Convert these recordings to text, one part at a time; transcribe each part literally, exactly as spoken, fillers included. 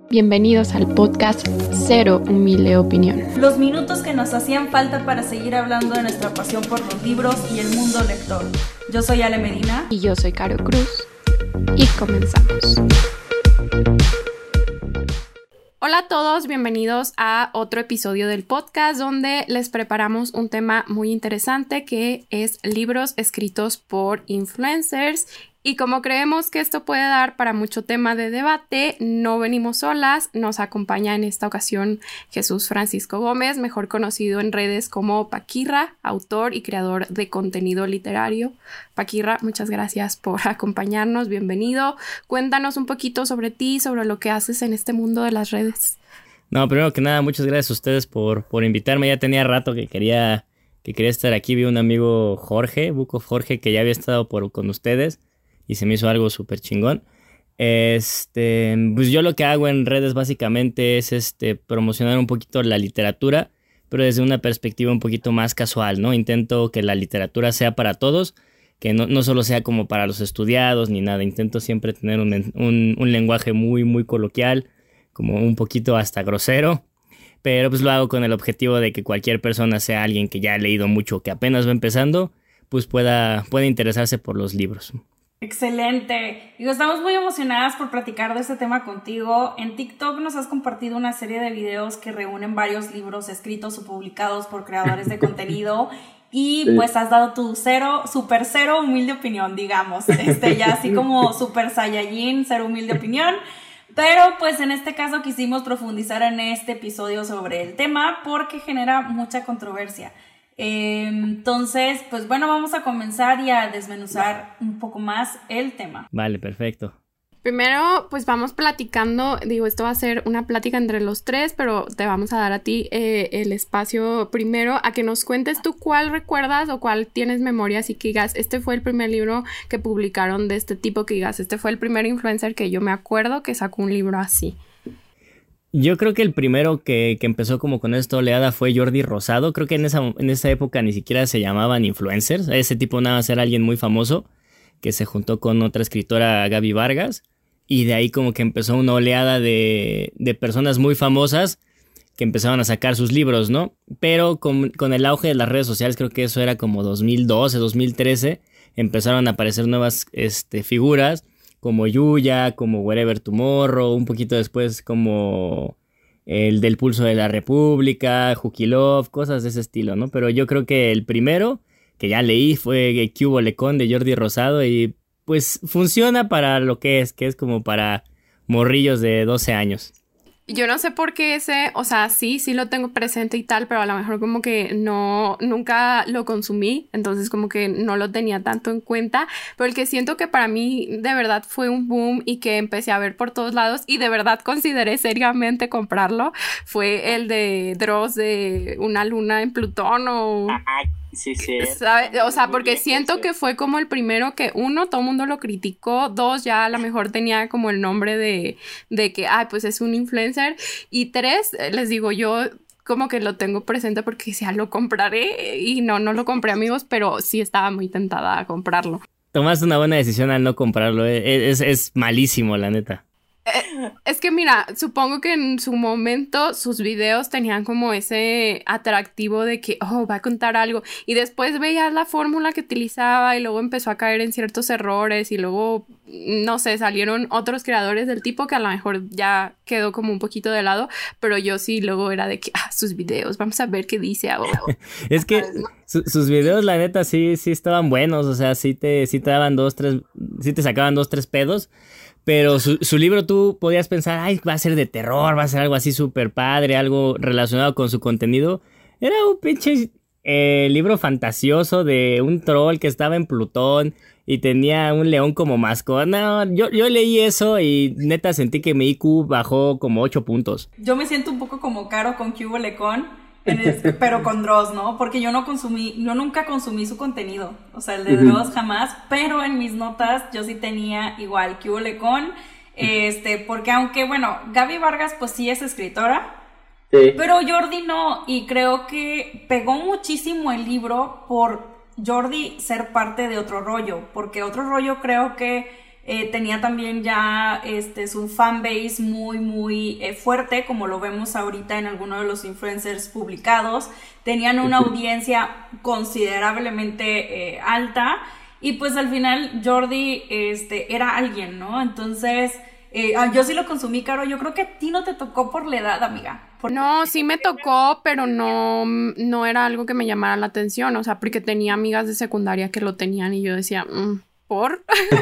Bienvenidos al podcast Cero Humilde Opinión. Los minutos que nos hacían falta para seguir hablando de nuestra pasión por los libros y el mundo lector. Yo soy Ale Medina. Y yo soy Caro Cruz. Y comenzamos. Hola a todos, bienvenidos a otro episodio del podcast donde les preparamos un tema muy interesante que es libros escritos por influencers. Y como creemos que esto puede dar para mucho tema de debate, no venimos solas, nos acompaña en esta ocasión Jesús Francisco Gómez, mejor conocido en redes como Paquirra, autor y creador de contenido literario. Paquirra, muchas gracias por acompañarnos, bienvenido. Cuéntanos un poquito sobre ti, sobre lo que haces en este mundo de las redes. No, primero que nada, muchas gracias a ustedes por, por invitarme. Ya tenía rato que quería, que quería estar aquí. Vi un amigo Jorge, Buco Jorge, que ya había estado por, con ustedes. Y se me hizo algo súper chingón. Este, pues yo lo que hago en redes básicamente es este, promocionar un poquito la literatura, pero desde una perspectiva un poquito más casual, ¿no? Intento que la literatura sea para todos, que no, no solo sea como para los estudiados ni nada. Intento siempre tener un, un, un lenguaje muy, muy coloquial, como un poquito hasta grosero. Pero pues lo hago con el objetivo de que cualquier persona, sea alguien que ya ha leído mucho, que apenas va empezando, pues pueda, pueda interesarse por los libros. Excelente. Digo, estamos muy emocionadas por platicar de este tema contigo. En TikTok nos has compartido una serie de videos que reúnen varios libros escritos o publicados por creadores de contenido y sí. Pues has dado tu cero, super cero humilde opinión, digamos. Este, ya así como super saiyajin, cero humilde opinión. Pero pues en este caso quisimos profundizar en este episodio sobre el tema porque genera mucha controversia. Eh, entonces, pues bueno, vamos a comenzar y a desmenuzar un poco más el tema. Vale, perfecto. Primero, pues vamos platicando, digo, esto va a ser una plática entre los tres, pero te vamos a dar a ti eh, el espacio primero a que nos cuentes tú cuál recuerdas o cuál tienes memoria, así que digas, este fue el primer libro que publicaron de este tipo, que digas, este fue el primer influencer que yo me acuerdo que sacó un libro así. Yo creo que el primero que, que empezó como con esta oleada fue Jordi Rosado. Creo que en esa, en esa época ni siquiera se llamaban influencers. Ese tipo nada más era alguien muy famoso que se juntó con otra escritora, Gaby Vargas. Y de ahí como que empezó una oleada de, de personas muy famosas que empezaban a sacar sus libros, ¿no? Pero con, con el auge de las redes sociales, creo que eso era como dos mil doce, dos mil trece, empezaron a aparecer nuevas este, figuras como Yuya, como Wherever Tomorrow, un poquito después como el del Pulso de la República, Jukilov, cosas de ese estilo, ¿no? Pero yo creo que el primero que ya leí fue ¿Qué hubo Lecón? De Jordi Rosado y pues funciona para lo que es, que es como para morrillos de doce años. Yo no sé por qué ese, o sea, sí, sí lo tengo presente y tal, pero a lo mejor como que no, nunca lo consumí, entonces como que no lo tenía tanto en cuenta, pero el que siento que para mí de verdad fue un boom y que empecé a ver por todos lados y de verdad consideré seriamente comprarlo, fue el de Dross de Una luna en Plutón o... Sí, sí. ¿Sabe? O sea, porque siento que fue como el primero que, uno, todo el mundo lo criticó, dos, ya a lo mejor tenía como el nombre de, de que, ay, pues es un influencer, y tres, les digo, yo como que lo tengo presente porque ya lo compraré, y no, no lo compré, amigos, pero sí estaba muy tentada a comprarlo. Tomaste una buena decisión al no comprarlo, es, es, es malísimo, la neta. Eh, es que mira, supongo que en su momento sus videos tenían como ese atractivo de que, oh, va a contar algo, y después veías la fórmula que utilizaba y luego empezó a caer en ciertos errores y luego, no sé, salieron otros creadores del tipo que a lo mejor ya quedó como un poquito de lado, pero yo sí luego era de que, ah, sus videos, vamos a ver qué dice ahora. Es que su, sus videos la neta sí, sí estaban buenos, o sea, sí te, sí te daban dos, tres, sí te sacaban dos, tres pedos. Pero su, su libro tú podías pensar, ay, va a ser de terror, va a ser algo así súper padre, algo relacionado con su contenido. Era un pinche eh, libro fantasioso de un troll que estaba en Plutón y tenía un león como mascota. No, yo, yo leí eso y neta sentí que mi I Q bajó como ocho puntos. Yo me siento un poco como Caro con ¿Qué hubo Lecón? En el, pero con Dross, ¿no? Porque yo no consumí, yo nunca consumí su contenido, o sea, el de Dross jamás, pero en mis notas yo sí tenía igual ¿Qué hubo Lecón? Este, porque aunque, bueno, Gaby Vargas pues sí es escritora, sí, pero Jordi no, y creo que pegó muchísimo el libro por Jordi ser parte de Otro Rollo, porque Otro Rollo creo que Eh, tenía también ya este, su fanbase muy, muy eh, fuerte, como lo vemos ahorita en algunos de los influencers publicados. Tenían una audiencia considerablemente eh, alta y pues al final Jordi este, era alguien, ¿no? Entonces, eh, yo sí lo consumí, Caro. Yo creo que a ti no te tocó por la edad, amiga. Por... No, sí me tocó, pero no, no era algo que me llamara la atención, o sea, porque tenía amigas de secundaria que lo tenían y yo decía... Mm. ¿Por?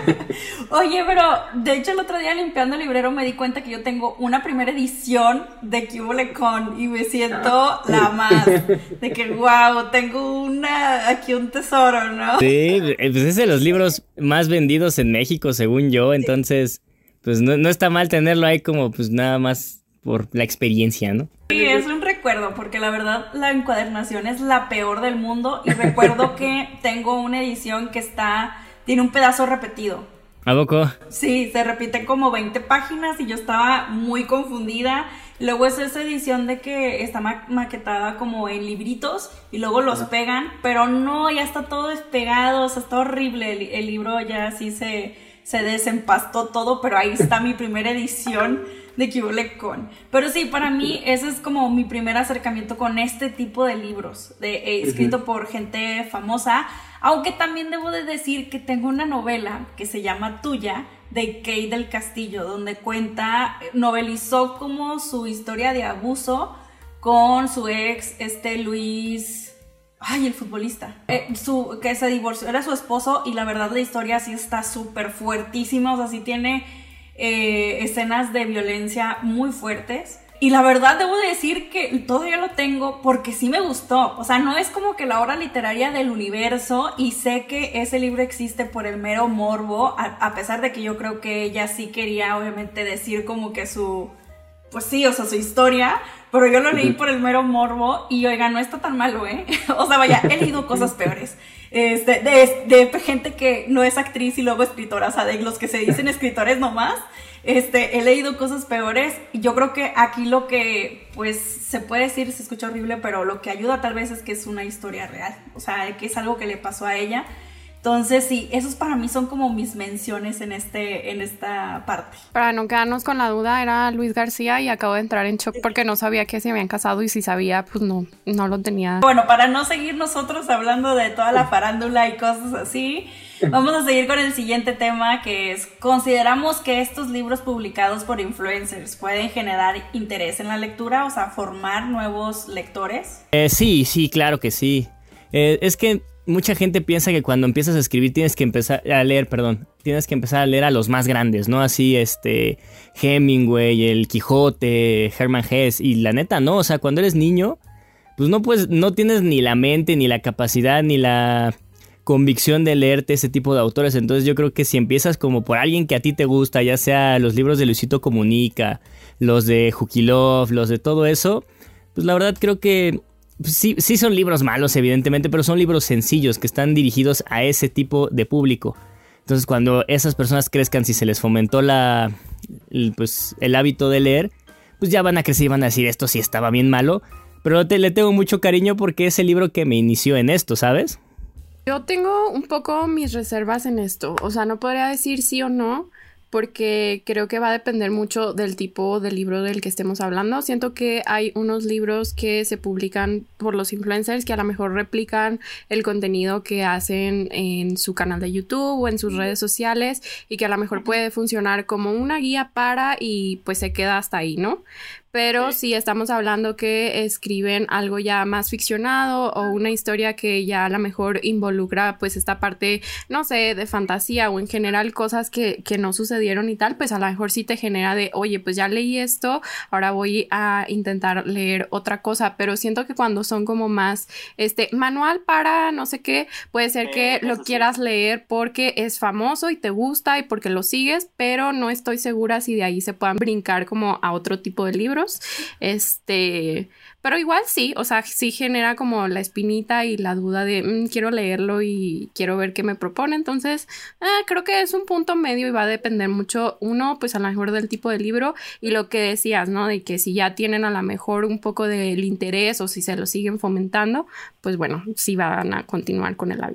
Oye, pero de hecho el otro día limpiando el librero me di cuenta que yo tengo una primera edición de ¿Qué hubo con? Y me siento la más de que wow, tengo una aquí un tesoro, ¿no? Sí, pues es de los libros más vendidos en México, según yo, entonces pues no, no está mal tenerlo ahí como pues nada más por la experiencia, ¿no? Sí, es un recuerdo, porque la verdad la encuadernación es la peor del mundo y recuerdo que tengo una edición que está... tiene un pedazo repetido. ¿A poco? Sí, se repite como veinte páginas y yo estaba muy confundida. Luego es esa edición de que está ma- maquetada como en libritos y luego los uh-huh. pegan, pero no, ya está todo despegado, o sea, está horrible. El, el libro ya sí se, se desempastó todo, pero ahí está mi primera edición de ¿Qué hubo con? Pero sí, para mí ese es como mi primer acercamiento con este tipo de libros, de, eh, escrito uh-huh. por gente famosa. Aunque también debo de decir que tengo una novela que se llama Tuya, de Kate del Castillo, donde cuenta, novelizó como su historia de abuso con su ex, este Luis, ay, el futbolista, eh, su, que se divorció, era su esposo, y la verdad la historia sí está súper fuertísima, o sea, sí tiene eh, escenas de violencia muy fuertes. Y la verdad debo decir que todavía lo tengo porque sí me gustó. O sea, no es como que la obra literaria del universo y sé que ese libro existe por el mero morbo, a, a pesar de que yo creo que ella sí quería obviamente decir como que su... Pues sí, o sea, su historia, pero yo lo leí por el mero morbo y oiga, no está tan malo, ¿eh? O sea, vaya, he leído cosas peores. Este, de, de gente que no es actriz y luego escritora, o sea, de los que se dicen escritores nomás. Este, he leído cosas peores y yo creo que aquí lo que, pues, se puede decir, se escucha horrible, pero lo que ayuda tal vez es que es una historia real, o sea, que es algo que le pasó a ella. Entonces, sí, esos para mí son como mis menciones en este, en esta parte. Para no quedarnos con la duda, era Luis García y acabo de entrar en shock porque no sabía que se habían casado y si sabía, pues no, no lo tenía. Bueno, para no seguir nosotros hablando de toda la farándula y cosas así, vamos a seguir con el siguiente tema, que es, ¿consideramos que estos libros publicados por influencers pueden generar interés en la lectura? O sea, formar nuevos lectores. Eh, sí, sí, claro que sí. Eh, es que mucha gente piensa que cuando empiezas a escribir tienes que empezar a leer, perdón, tienes que empezar a leer a los más grandes, ¿no? Así, este, Hemingway, el Quijote, Hermann Hesse, y la neta, no, o sea, cuando eres niño, pues no puedes, no tienes ni la mente, ni la capacidad, ni la convicción de leerte ese tipo de autores. Entonces yo creo que si empiezas como por alguien que a ti te gusta, ya sea los libros de Luisito Comunica, los de Jukilov, los de todo eso, pues la verdad creo que sí, sí son libros malos evidentemente, pero son libros sencillos que están dirigidos a ese tipo de público. Entonces cuando esas personas crezcan, si se les fomentó la, el, pues, el hábito de leer, pues ya van a crecer y van a decir esto sí estaba bien malo, pero te, le tengo mucho cariño porque es el libro que me inició en esto, ¿sabes? Yo tengo un poco mis reservas en esto, o sea, no podría decir sí o no, porque creo que va a depender mucho del tipo de libro del que estemos hablando. Siento que hay unos libros que se publican por los influencers que a lo mejor replican el contenido que hacen en su canal de YouTube o en sus redes sociales y que a lo mejor puede funcionar como una guía para y pues se queda hasta ahí, ¿no? Pero si estamos hablando que escriben algo ya más ficcionado o una historia que ya a lo mejor involucra pues esta parte, no sé, de fantasía o en general cosas que, que no sucedieron y tal, pues a lo mejor sí te genera de, oye, pues ya leí esto, ahora voy a intentar leer otra cosa. Pero siento que cuando son como más, este, manual para no sé qué, puede ser que lo quieras leer porque es famoso y te gusta y porque lo sigues, pero no estoy segura si de ahí se puedan brincar como a otro tipo de libros. Este, pero igual sí, o sea, sí genera como la espinita y la duda de mmm, quiero leerlo y quiero ver qué me propone. Entonces, eh, creo que es un punto medio y va a depender mucho, uno, pues a lo mejor del tipo de libro y lo que decías, ¿no? De que si ya tienen a lo mejor un poco del interés o si se lo siguen fomentando, pues bueno, sí van a continuar con el hábito.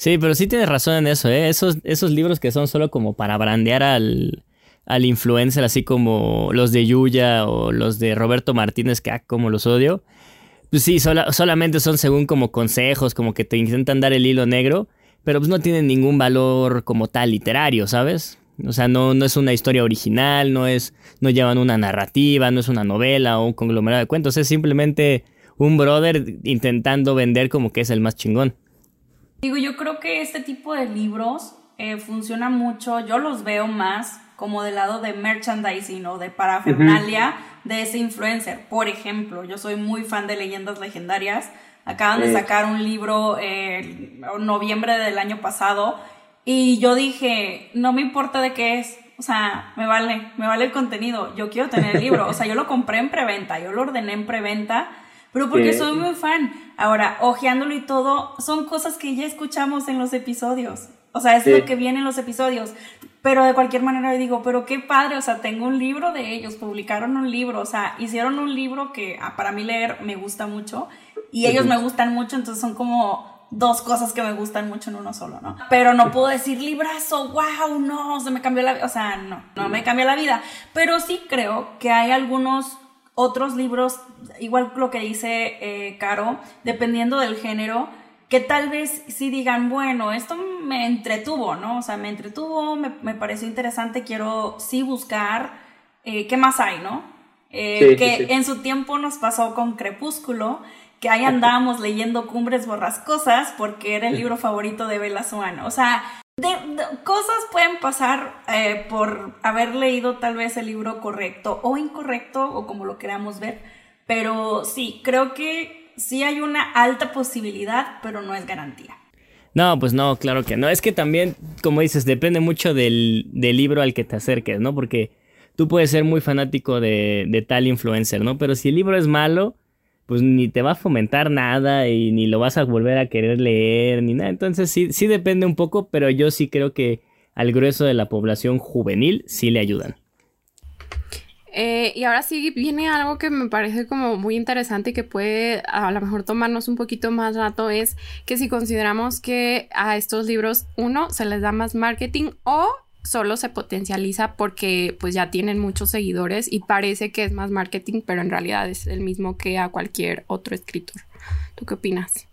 Sí, pero sí tienes razón en eso, ¿eh? Esos, esos libros que son solo como para brandear al, al influencer, así como los de Yuya o los de Roberto Martínez, que ah, como los odio. Pues sí, sola, solamente son según como consejos, como que te intentan dar el hilo negro, pero pues no tienen ningún valor como tal literario, ¿sabes? O sea, no, no es una historia original, no es, no llevan una narrativa, no es una novela o un conglomerado de cuentos, es simplemente un brother intentando vender como que es el más chingón. Digo, yo creo que este tipo de libros eh, funciona mucho, yo los veo más como del lado de merchandising o de parafernalia uh-huh. de ese influencer. Por ejemplo, yo soy muy fan de Leyendas Legendarias, acaban eh. de sacar un libro eh, en noviembre del año pasado y yo dije, no me importa de qué es, o sea, me vale, me vale el contenido, yo quiero tener el libro, o sea, yo lo compré en preventa, yo lo ordené en preventa, pero porque sí. soy muy fan. Ahora, hojeándolo y todo, son cosas que ya escuchamos en los episodios. O sea, es sí. lo que viene en los episodios. Pero de cualquier manera yo digo, pero qué padre, o sea, tengo un libro de ellos, publicaron un libro, o sea, hicieron un libro que ah, para mí leer me gusta mucho y ellos me gustan mucho, entonces son como dos cosas que me gustan mucho en uno solo, ¿no? Pero no puedo decir librazo, wow, no, se me cambió la vida, o sea, no, no me cambió la vida. Pero sí creo que hay algunos otros libros, igual lo que dice eh, Caro, dependiendo del género, que tal vez sí digan, bueno, esto me entretuvo, ¿no? O sea, me entretuvo, me, me pareció interesante, quiero sí buscar eh, qué más hay, ¿no? Eh, sí, que sí, sí. En su tiempo nos pasó con Crepúsculo, que ahí andábamos leyendo Cumbres Borrascosas porque era el libro favorito de Bella Swan. O sea, de, de, cosas pueden pasar eh, por haber leído tal vez el libro correcto o incorrecto, o como lo queramos ver, pero sí, creo que sí hay una alta posibilidad, pero no es garantía. No, pues no, claro que no. Es que también, como dices, depende mucho del, del libro al que te acerques, ¿no? Porque tú puedes ser muy fanático de, de tal influencer, ¿no? Pero si el libro es malo, pues ni te va a fomentar nada y ni lo vas a volver a querer leer ni nada. Entonces sí, sí depende un poco, pero yo sí creo que al grueso de la población juvenil sí le ayudan. Eh, y ahora sí viene algo que me parece como muy interesante y que puede a lo mejor tomarnos un poquito más rato, es que si consideramos que a estos libros, uno, se les da más marketing o solo se potencializa porque pues ya tienen muchos seguidores y parece que es más marketing, pero en realidad es el mismo que a cualquier otro escritor. ¿Tú qué opinas?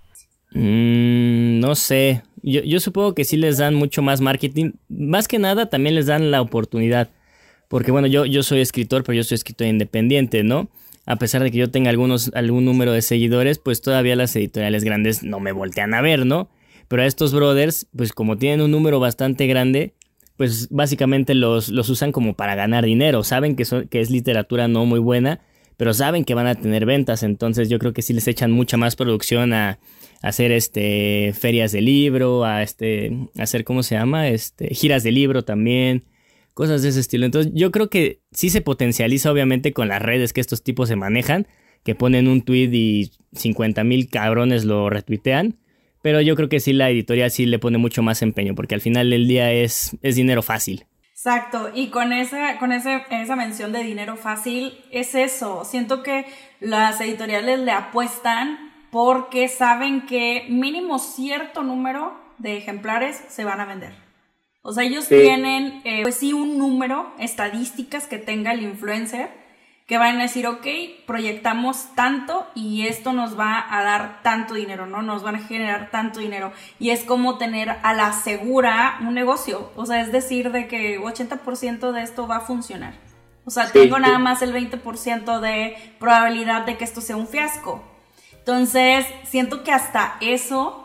Mm, no sé, yo, yo supongo que sí les dan mucho más marketing, más que nada también les dan la oportunidad. Porque bueno, yo, yo soy escritor, pero yo soy escritor independiente, ¿no? A pesar de que yo tenga algunos, algún número de seguidores, pues todavía las editoriales grandes no me voltean a ver, ¿no? Pero a estos brothers, pues como tienen un número bastante grande, pues básicamente los, los usan como para ganar dinero. Saben que, son, que es literatura no muy buena, pero saben que van a tener ventas. Entonces yo creo que sí les echan mucha más producción a, a hacer este, ferias de libro, a, este, a hacer, ¿cómo se llama? Este, giras de libro también. Cosas de ese estilo. Entonces yo creo que sí se potencializa obviamente con las redes que estos tipos se manejan, que ponen un tweet y cincuenta mil cabrones lo retuitean, pero yo creo que sí la editorial sí le pone mucho más empeño, porque al final del día es, es dinero fácil. Exacto, y con esa, con ese, esa mención de dinero fácil es eso, siento que las editoriales le apuestan porque saben que mínimo cierto número de ejemplares se van a vender. O sea, ellos sí. tienen, eh, pues sí, un número, estadísticas que tenga el influencer, que van a decir, ok, proyectamos tanto y esto nos va a dar tanto dinero, ¿no? Nos van a generar tanto dinero. Y es como tener a la segura un negocio. O sea, es decir, de que ochenta por ciento de esto va a funcionar. O sea, sí, tengo sí. nada más el veinte por ciento de probabilidad de que esto sea un fiasco. Entonces, siento que hasta eso...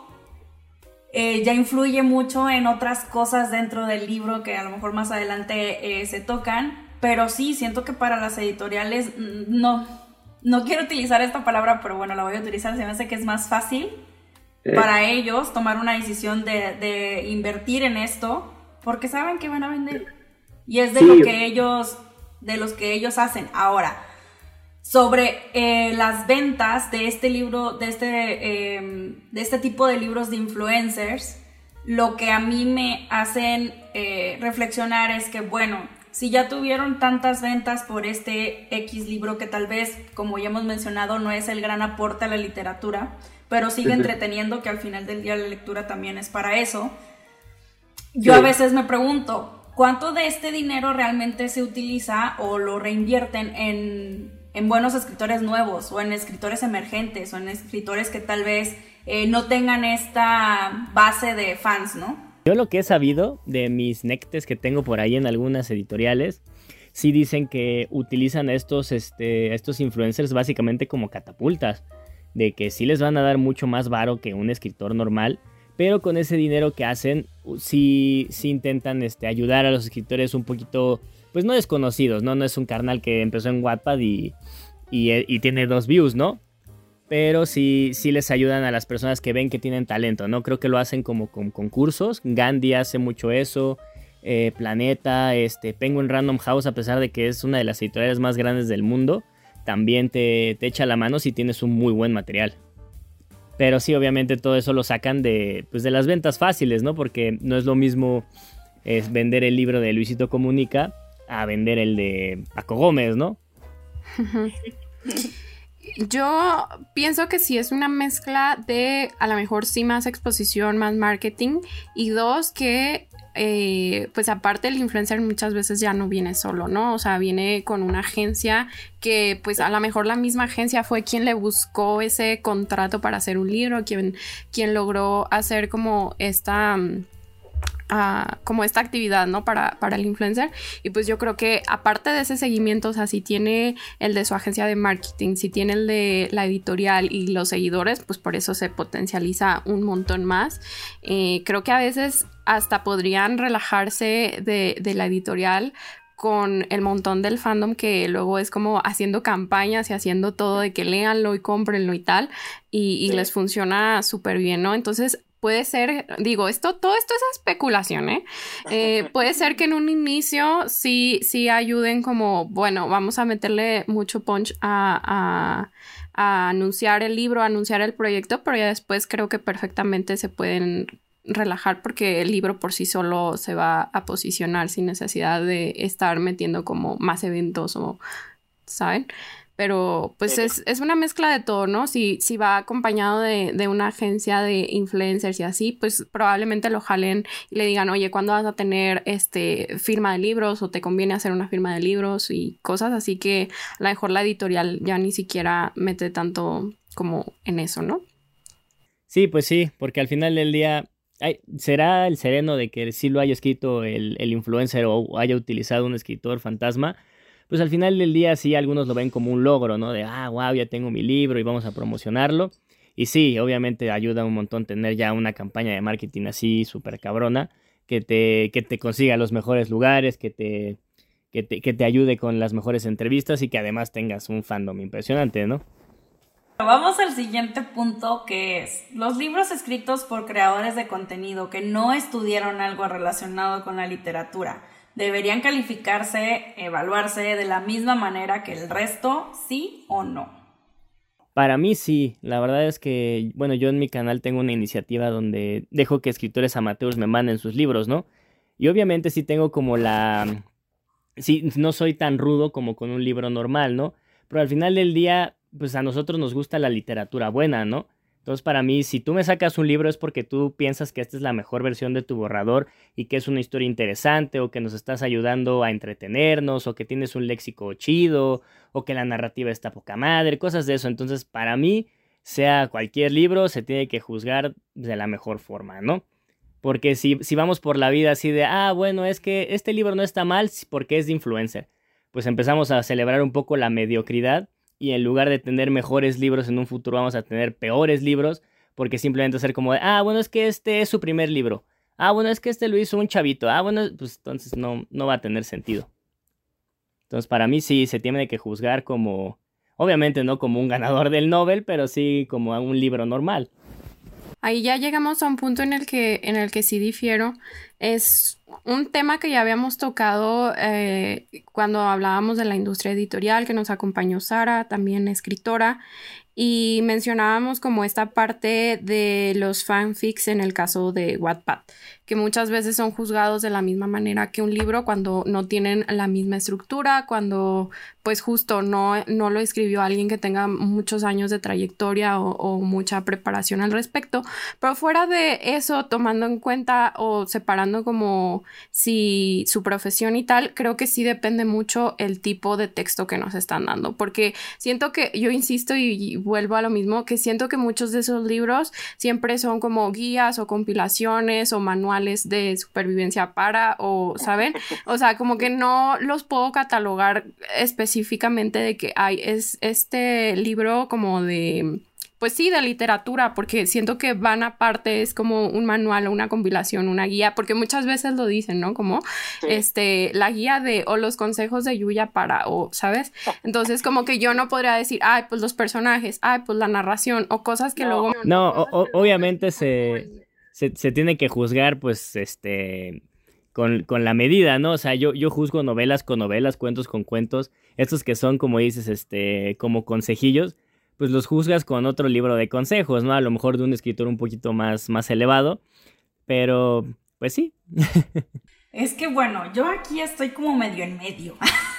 Eh, ya influye mucho en otras cosas dentro del libro que a lo mejor más adelante eh, se tocan, pero sí, siento que para las editoriales, no, no quiero utilizar esta palabra, pero bueno, la voy a utilizar, se me hace que es más fácil eh. para ellos tomar una decisión de, de invertir en esto, porque saben que van a vender, y es de sí. lo que ellos, de los que ellos hacen. Ahora, sobre eh, las ventas de este libro, de este, eh, de este tipo de libros de influencers, lo que a mí me hacen eh, reflexionar es que, bueno, si ya tuvieron tantas ventas por este X libro que tal vez, como ya hemos mencionado, no es el gran aporte a la literatura, pero sigue entreteniendo, que al final del día la lectura también es para eso. Yo sí. A veces me pregunto, ¿cuánto de este dinero realmente se utiliza o lo reinvierten en, en buenos escritores nuevos o en escritores emergentes o en escritores que tal vez eh, no tengan esta base de fans, ¿no? Yo lo que he sabido de mis nectes que tengo por ahí en algunas editoriales, sí dicen que utilizan a estos, este, estos influencers básicamente como catapultas, de que sí les van a dar mucho más varo que un escritor normal, pero con ese dinero que hacen, sí, sí intentan este, ayudar a los escritores un poquito, pues no desconocidos, ¿no? No es un carnal que empezó en Wattpad y, y, y tiene dos views, ¿no? Pero sí, sí les ayudan a las personas que ven que tienen talento, ¿no? Creo que lo hacen como con concursos. Gandhi hace mucho eso, eh, Planeta, este, Penguin Random House, a pesar de que es una de las editoriales más grandes del mundo, también te, te echa la mano si tienes un muy buen material. Pero sí, obviamente todo eso lo sacan de, pues de las ventas fáciles, ¿no? Porque no es lo mismo es vender el libro de Luisito Comunica a vender el de Paco Gómez, ¿no? Yo pienso que sí es una mezcla de, a lo mejor sí más exposición, más marketing, y dos, que eh, pues aparte el influencer muchas veces ya no viene solo, ¿no? O sea, viene con una agencia que pues a lo mejor la misma agencia fue quien le buscó ese contrato para hacer un libro, quien, quien logró hacer como esta... Uh, como esta actividad, ¿no? Para, para el influencer. Y pues yo creo que aparte de ese seguimiento, o sea, si tiene el de su agencia de marketing, si tiene el de la editorial y los seguidores, pues por eso se potencializa un montón más. Eh, creo que a veces hasta podrían relajarse de, de la editorial con el montón del fandom que luego es como haciendo campañas y haciendo todo de que léanlo y cómprenlo y tal, y, y sí. les funciona súper bien, ¿no? Entonces puede ser, digo, esto, todo esto es especulación, ¿eh? eh puede ser que en un inicio sí, sí ayuden como, bueno, vamos a meterle mucho punch a, a, a anunciar el libro, a anunciar el proyecto, pero ya después creo que perfectamente se pueden relajar porque el libro por sí solo se va a posicionar sin necesidad de estar metiendo como más eventos o, ¿saben? Pero pues es, es una mezcla de todo, ¿no? Si, si va acompañado de, de una agencia de influencers y así, pues probablemente lo jalen y le digan, oye, ¿cuándo vas a tener este firma de libros? O te conviene hacer una firma de libros y cosas así, que a lo mejor la editorial ya ni siquiera mete tanto como en eso, ¿no? Sí, pues sí, porque al final del día ay, será el sereno de que sí lo haya escrito el, el influencer o haya utilizado un escritor fantasma. Pues al final del día sí algunos lo ven como un logro, ¿no? De, ah, wow, ya tengo mi libro y vamos a promocionarlo. Y sí, obviamente ayuda un montón tener ya una campaña de marketing así súper cabrona, que te, que te consiga los mejores lugares, que te, que, te, que te ayude con las mejores entrevistas y que además tengas un fandom impresionante, ¿no? Vamos al siguiente punto, que es los libros escritos por creadores de contenido que no estudiaron algo relacionado con la literatura. ¿Deberían calificarse, evaluarse de la misma manera que el resto, sí o no? Para mí sí, la verdad es que, bueno, yo en mi canal tengo una iniciativa donde dejo que escritores amateurs me manden sus libros, ¿no? Y obviamente sí tengo como la... sí, no soy tan rudo como con un libro normal, ¿no? Pero al final del día, pues a nosotros nos gusta la literatura buena, ¿no? Entonces, para mí, si tú me sacas un libro es porque tú piensas que esta es la mejor versión de tu borrador y que es una historia interesante o que nos estás ayudando a entretenernos o que tienes un léxico chido o que la narrativa está poca madre, cosas de eso. Entonces, para mí, sea cualquier libro, se tiene que juzgar de la mejor forma, ¿no? Porque si, si vamos por la vida así de, ah, bueno, es que este libro no está mal porque es de influencer, pues empezamos a celebrar un poco la mediocridad. Y en lugar de tener mejores libros en un futuro vamos a tener peores libros porque simplemente ser como de, ah, bueno, es que este es su primer libro. Ah, bueno, es que este lo hizo un chavito. Ah, bueno, pues entonces no, no va a tener sentido. Entonces para mí sí se tiene que juzgar como, obviamente no como un ganador del Nobel, pero sí como a un libro normal. Ahí ya llegamos a un punto en el que, en el que sí difiero. Es un tema que ya habíamos tocado eh, cuando hablábamos de la industria editorial, que nos acompañó Sara, también escritora, y mencionábamos como esta parte de los fanfics en el caso de Wattpad, que muchas veces son juzgados de la misma manera que un libro cuando no tienen la misma estructura, cuando pues justo no, no lo escribió alguien que tenga muchos años de trayectoria o, o mucha preparación al respecto. Pero fuera de eso, tomando en cuenta o separando como si su profesión y tal, creo que sí depende mucho el tipo de texto que nos están dando, porque siento que, yo insisto y, y vuelvo a lo mismo, que siento que muchos de esos libros siempre son como guías o compilaciones o manuales de supervivencia para, o, ¿saben? O sea, como que no los puedo catalogar específicamente de que hay es este libro como de, pues sí, de literatura, porque siento que van aparte, es como un manual o una compilación, una guía, porque muchas veces lo dicen, ¿no? Como, sí. este, la guía de, o los consejos de Yuya para, o, ¿sabes? Entonces, como que yo no podría decir, ay, pues los personajes, ay, pues la narración, o cosas que no. luego... No, o, o, obviamente se, se, se tiene que juzgar, pues, este... Con, con la medida, ¿no? O sea, yo, yo juzgo novelas con novelas, cuentos con cuentos, estos que son, como dices, este, como consejillos, pues los juzgas con otro libro de consejos, ¿no? A lo mejor de un escritor un poquito más, más elevado, pero, pues sí. Es que, bueno, yo aquí estoy como medio en medio.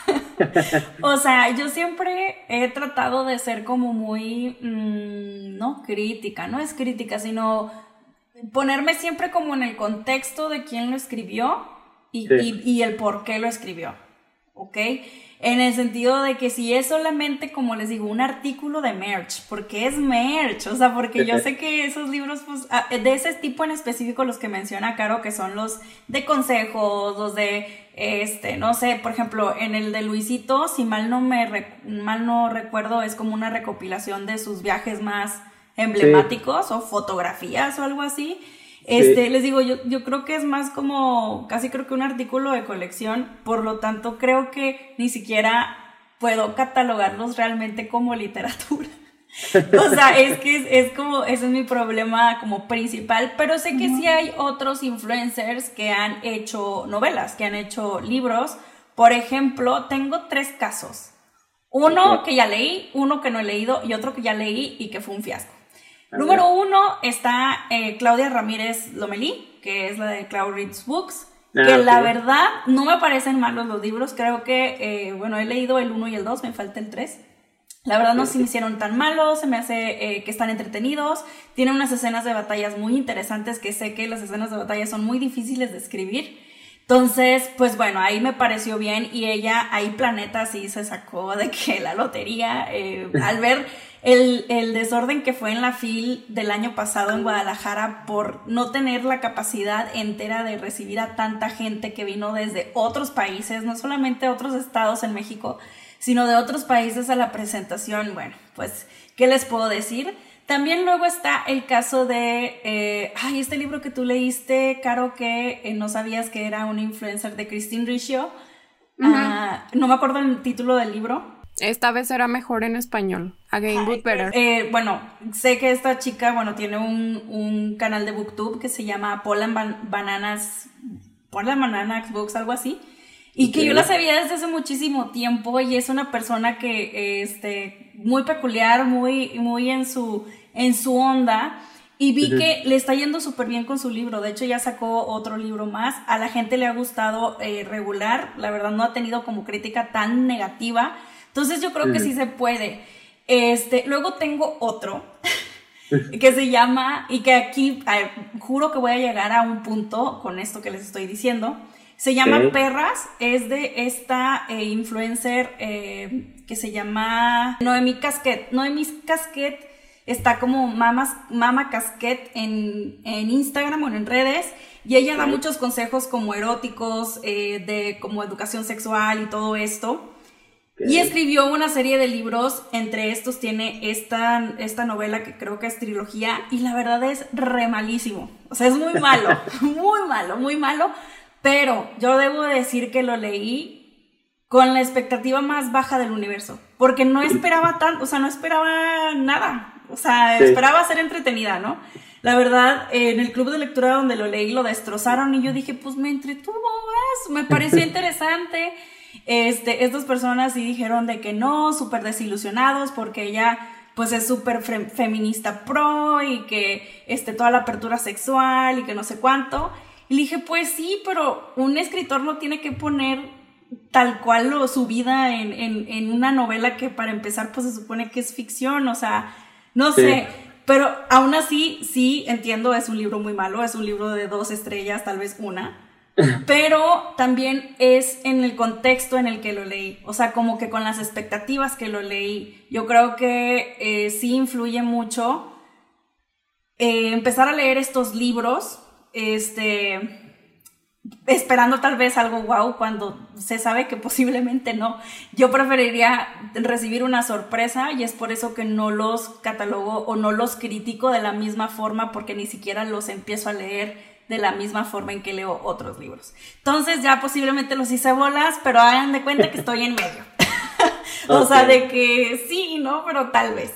O sea, yo siempre he tratado de ser como muy, mmm, no crítica, no es crítica, sino... ponerme siempre como en el contexto de quién lo escribió y, sí. y, y el por qué lo escribió, ¿ok? En el sentido de que si es solamente, como les digo, un artículo de merch, porque es merch, o sea, porque yo sé que esos libros, pues, de ese tipo en específico, los que menciona Caro, que son los de consejos, los de, este, no sé, por ejemplo, en el de Luisito, si mal no me, mal no recuerdo, es como una recopilación de sus viajes más emblemáticos, sí. o fotografías o algo así. Este, sí. Les digo, yo, yo creo que es más como, casi creo que un artículo de colección, por lo tanto creo que ni siquiera puedo catalogarlos realmente como literatura. O sea, es que es, es como, ese es mi problema como principal, pero sé que uh-huh. sí hay otros influencers que han hecho novelas, que han hecho libros. Por ejemplo, tengo tres casos. Uno okay. que ya leí, uno que no he leído y otro que ya leí y que fue un fiasco. Número uno está eh, Claudia Ramírez Lomelí, que es la de Cloud Reads Books, ah, que okay. la verdad no me parecen malos los libros, creo que, eh, bueno, he leído el uno y el dos, me falta el tres. La verdad no okay. se me hicieron tan malos, se me hace eh, que están entretenidos, tiene unas escenas de batallas muy interesantes, que sé que las escenas de batalla son muy difíciles de escribir. Entonces, pues bueno, ahí me pareció bien y ella, ahí Planeta sí se sacó de que la lotería, eh, al ver el, el desorden que fue en la FIL del año pasado en Guadalajara por no tener la capacidad entera de recibir a tanta gente que vino desde otros países, no solamente otros estados en México, sino de otros países a la presentación. Bueno, pues, ¿qué les puedo decir? También luego está el caso de, eh, ay, este libro que tú leíste, Caro, que eh, no sabías que era una influencer de Christine Riccio. Uh-huh. uh, no me acuerdo el título del libro. Esta vez era mejor en español. Again, ay, but better. Eh, bueno, sé que esta chica, bueno, tiene un, un canal de booktube que se llama Poland Ban- Bananas, Poland Bananas Books, algo así. Y que yo la sabía desde hace muchísimo tiempo y es una persona que, este, muy peculiar, muy, muy en su, en su onda. Y vi uh-huh. que le está yendo súper bien con su libro. De hecho, ya sacó otro libro más. A la gente le ha gustado eh, regular. La verdad, no ha tenido como crítica tan negativa. Entonces, yo creo uh-huh. que sí se puede. Este, luego tengo otro que se llama, y que aquí, ay, juro que voy a llegar a un punto con esto que les estoy diciendo. Se llama sí. Perras, es de esta eh, influencer eh, que se llama Noemí Casquet. Noemí Casquet está como Mamas, Mama Casquet en, en Instagram o en redes, y ella sí. da muchos consejos como eróticos, eh, de como educación sexual y todo esto. Sí. Y escribió una serie de libros, entre estos tiene esta, esta novela que creo que es trilogía, y la verdad es re malísimo. O sea, es muy malo, muy malo, muy malo. Pero yo debo decir que lo leí con la expectativa más baja del universo, porque no esperaba tanto, o sea, no esperaba nada, o sea, sí. esperaba ser entretenida, ¿no? La verdad, en el club de lectura donde lo leí lo destrozaron y yo dije, pues me entretuvo más, me pareció interesante. Este, estas personas sí dijeron de que no, súper desilusionados porque ella pues es súper feminista pro y que este, toda la apertura sexual y que no sé cuánto. Y le dije, pues sí, pero un escritor no tiene que poner tal cual lo, su vida en, en, en una novela que para empezar pues se supone que es ficción, o sea, no sí. sé, pero aún así sí entiendo, es un libro muy malo, es un libro de dos estrellas, tal vez una, pero también es en el contexto en el que lo leí, o sea, como que con las expectativas que lo leí, yo creo que eh, sí influye mucho eh, empezar a leer estos libros, este... esperando tal vez algo guau cuando se sabe que posiblemente no. Yo preferiría recibir una sorpresa y es por eso que no los catalogo o no los critico de la misma forma, porque ni siquiera los empiezo a leer de la misma forma en que leo otros libros. Entonces ya posiblemente los hice bolas, pero hagan de cuenta que estoy en medio. o okay. sea, de que sí, ¿no? Pero tal vez.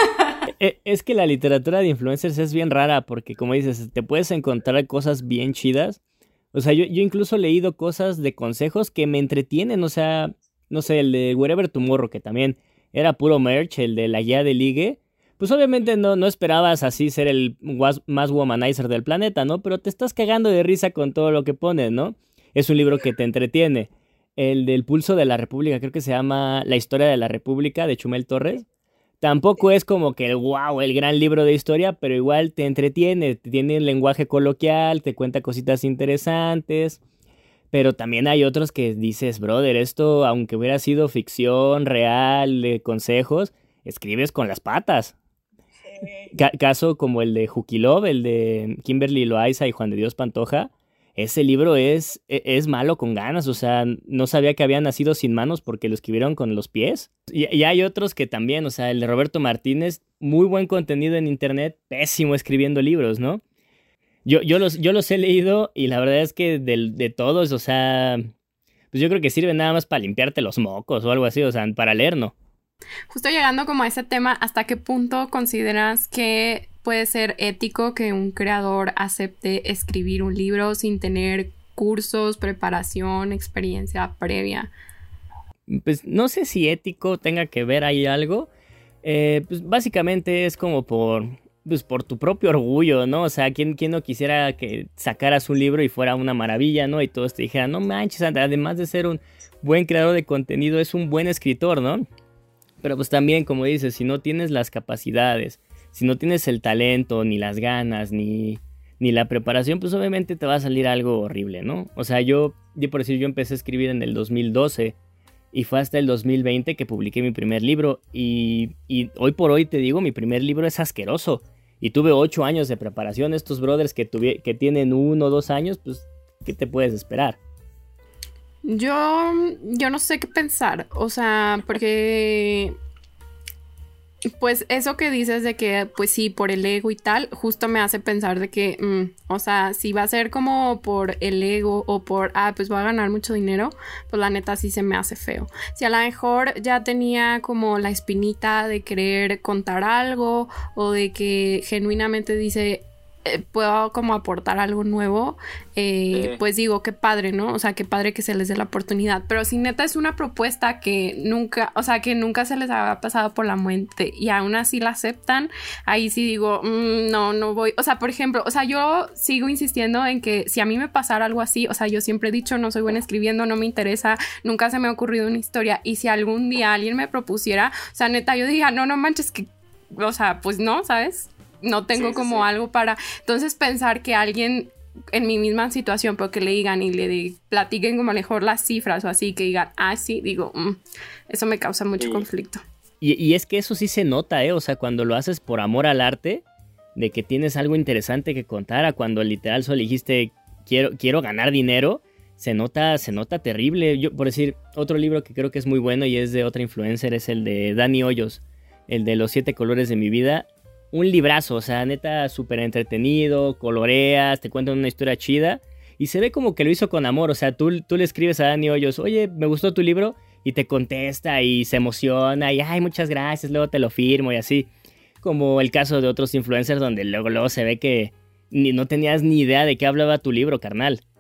Es que la literatura de influencers es bien rara porque, como dices, te puedes encontrar cosas bien chidas. O sea, yo, yo incluso he leído cosas de consejos que me entretienen, o sea, no sé, el de Wherever Tomorrow, que también era puro merch, el de la guía de ligue, pues obviamente no, no esperabas así ser el was, más womanizer del planeta, ¿no? Pero te estás cagando de risa con todo lo que pones, ¿no? Es un libro que te entretiene. El del Pulso de la República, creo que se llama La Historia de la República, de Chumel Torres. Tampoco es como que el wow, el gran libro de historia, pero igual te entretiene, tiene el lenguaje coloquial, te cuenta cositas interesantes, pero también hay otros que dices, brother, esto aunque hubiera sido ficción real, de consejos, escribes con las patas. Ca- caso como el de Jukilov, el de Kimberly Loaiza y Juan de Dios Pantoja, ese libro es, es malo con ganas, o sea, no sabía que había nacido sin manos porque lo escribieron con los pies. Y, y hay otros que también, o sea, el de Roberto Martínez, muy buen contenido en internet, pésimo escribiendo libros, ¿no? Yo, yo, los, yo los he leído y la verdad es que de, de todos, o sea, pues yo creo que sirve nada más para limpiarte los mocos o algo así, o sea, para leer, ¿no? Justo llegando como a ese tema, ¿hasta qué punto consideras que puede ser ético que un creador acepte escribir un libro sin tener cursos, preparación, experiencia previa? Pues no sé si ético tenga que ver ahí algo. Eh, pues básicamente es como por, pues por tu propio orgullo, ¿no? O sea, ¿quién, quién no quisiera que sacaras un libro y fuera una maravilla, ¿no? Y todos te dijeran, no manches, además de ser un buen creador de contenido, es un buen escritor, ¿no? Pero pues también, como dices, si no tienes las capacidades, si no tienes el talento, ni las ganas, ni, ni la preparación, pues obviamente te va a salir algo horrible, ¿no? O sea, yo, yo por decir, yo empecé a escribir en el dos mil doce y fue hasta el dos mil veinte que publiqué mi primer libro y, y hoy por hoy te digo, mi primer libro es asqueroso y tuve ocho años de preparación. Estos brothers que, tuvi- que tienen uno o dos años, pues, ¿qué te puedes esperar? Yo, yo no sé qué pensar, o sea, porque pues eso que dices de que pues sí, por el ego y tal, justo me hace pensar de que, mm, o sea, si va a ser como por el ego o por, ah, pues voy a ganar mucho dinero, pues la neta sí se me hace feo. Si a lo mejor ya tenía como la espinita de querer contar algo o de que genuinamente dice... Eh, puedo como aportar algo nuevo, eh, sí. Pues digo, qué padre, ¿no? O sea, qué padre que se les dé la oportunidad, pero si neta es una propuesta que nunca, o sea, que nunca se les había pasado por la mente y aún así la aceptan, ahí sí digo, mmm, no, no voy, o sea, por ejemplo, o sea, yo sigo insistiendo en que si a mí me pasara algo así, o sea, yo siempre he dicho, no soy buena escribiendo, no me interesa, nunca se me ha ocurrido una historia, y si algún día alguien me propusiera, o sea, neta, yo diría, no, no manches, que, o sea, pues no, ¿sabes? No tengo sí, como sí. algo para... Entonces pensar que alguien en mi misma situación, pero que le digan y le de, platiquen como mejor las cifras o así, que digan, ah, sí, digo, mm, eso me causa mucho sí. conflicto. Y, y es que eso sí se nota, ¿eh? O sea, cuando lo haces por amor al arte, de que tienes algo interesante que contar, a cuando literal solo dijiste, quiero, quiero ganar dinero, se nota, se nota terrible. Yo, por decir, otro libro que creo que es muy bueno y es de otra influencer, es el de Dani Hoyos, el de Los siete colores de mi vida. Un librazo, o sea, neta, súper entretenido, coloreas, te cuentan una historia chida y se ve como que lo hizo con amor. O sea, tú, tú le escribes a Dani Hoyos, oye, me gustó tu libro, y te contesta y se emociona y, ay, muchas gracias, luego te lo firmo y así. Como el caso de otros influencers donde luego, luego se ve que ni, no tenías ni idea de qué hablaba tu libro, carnal.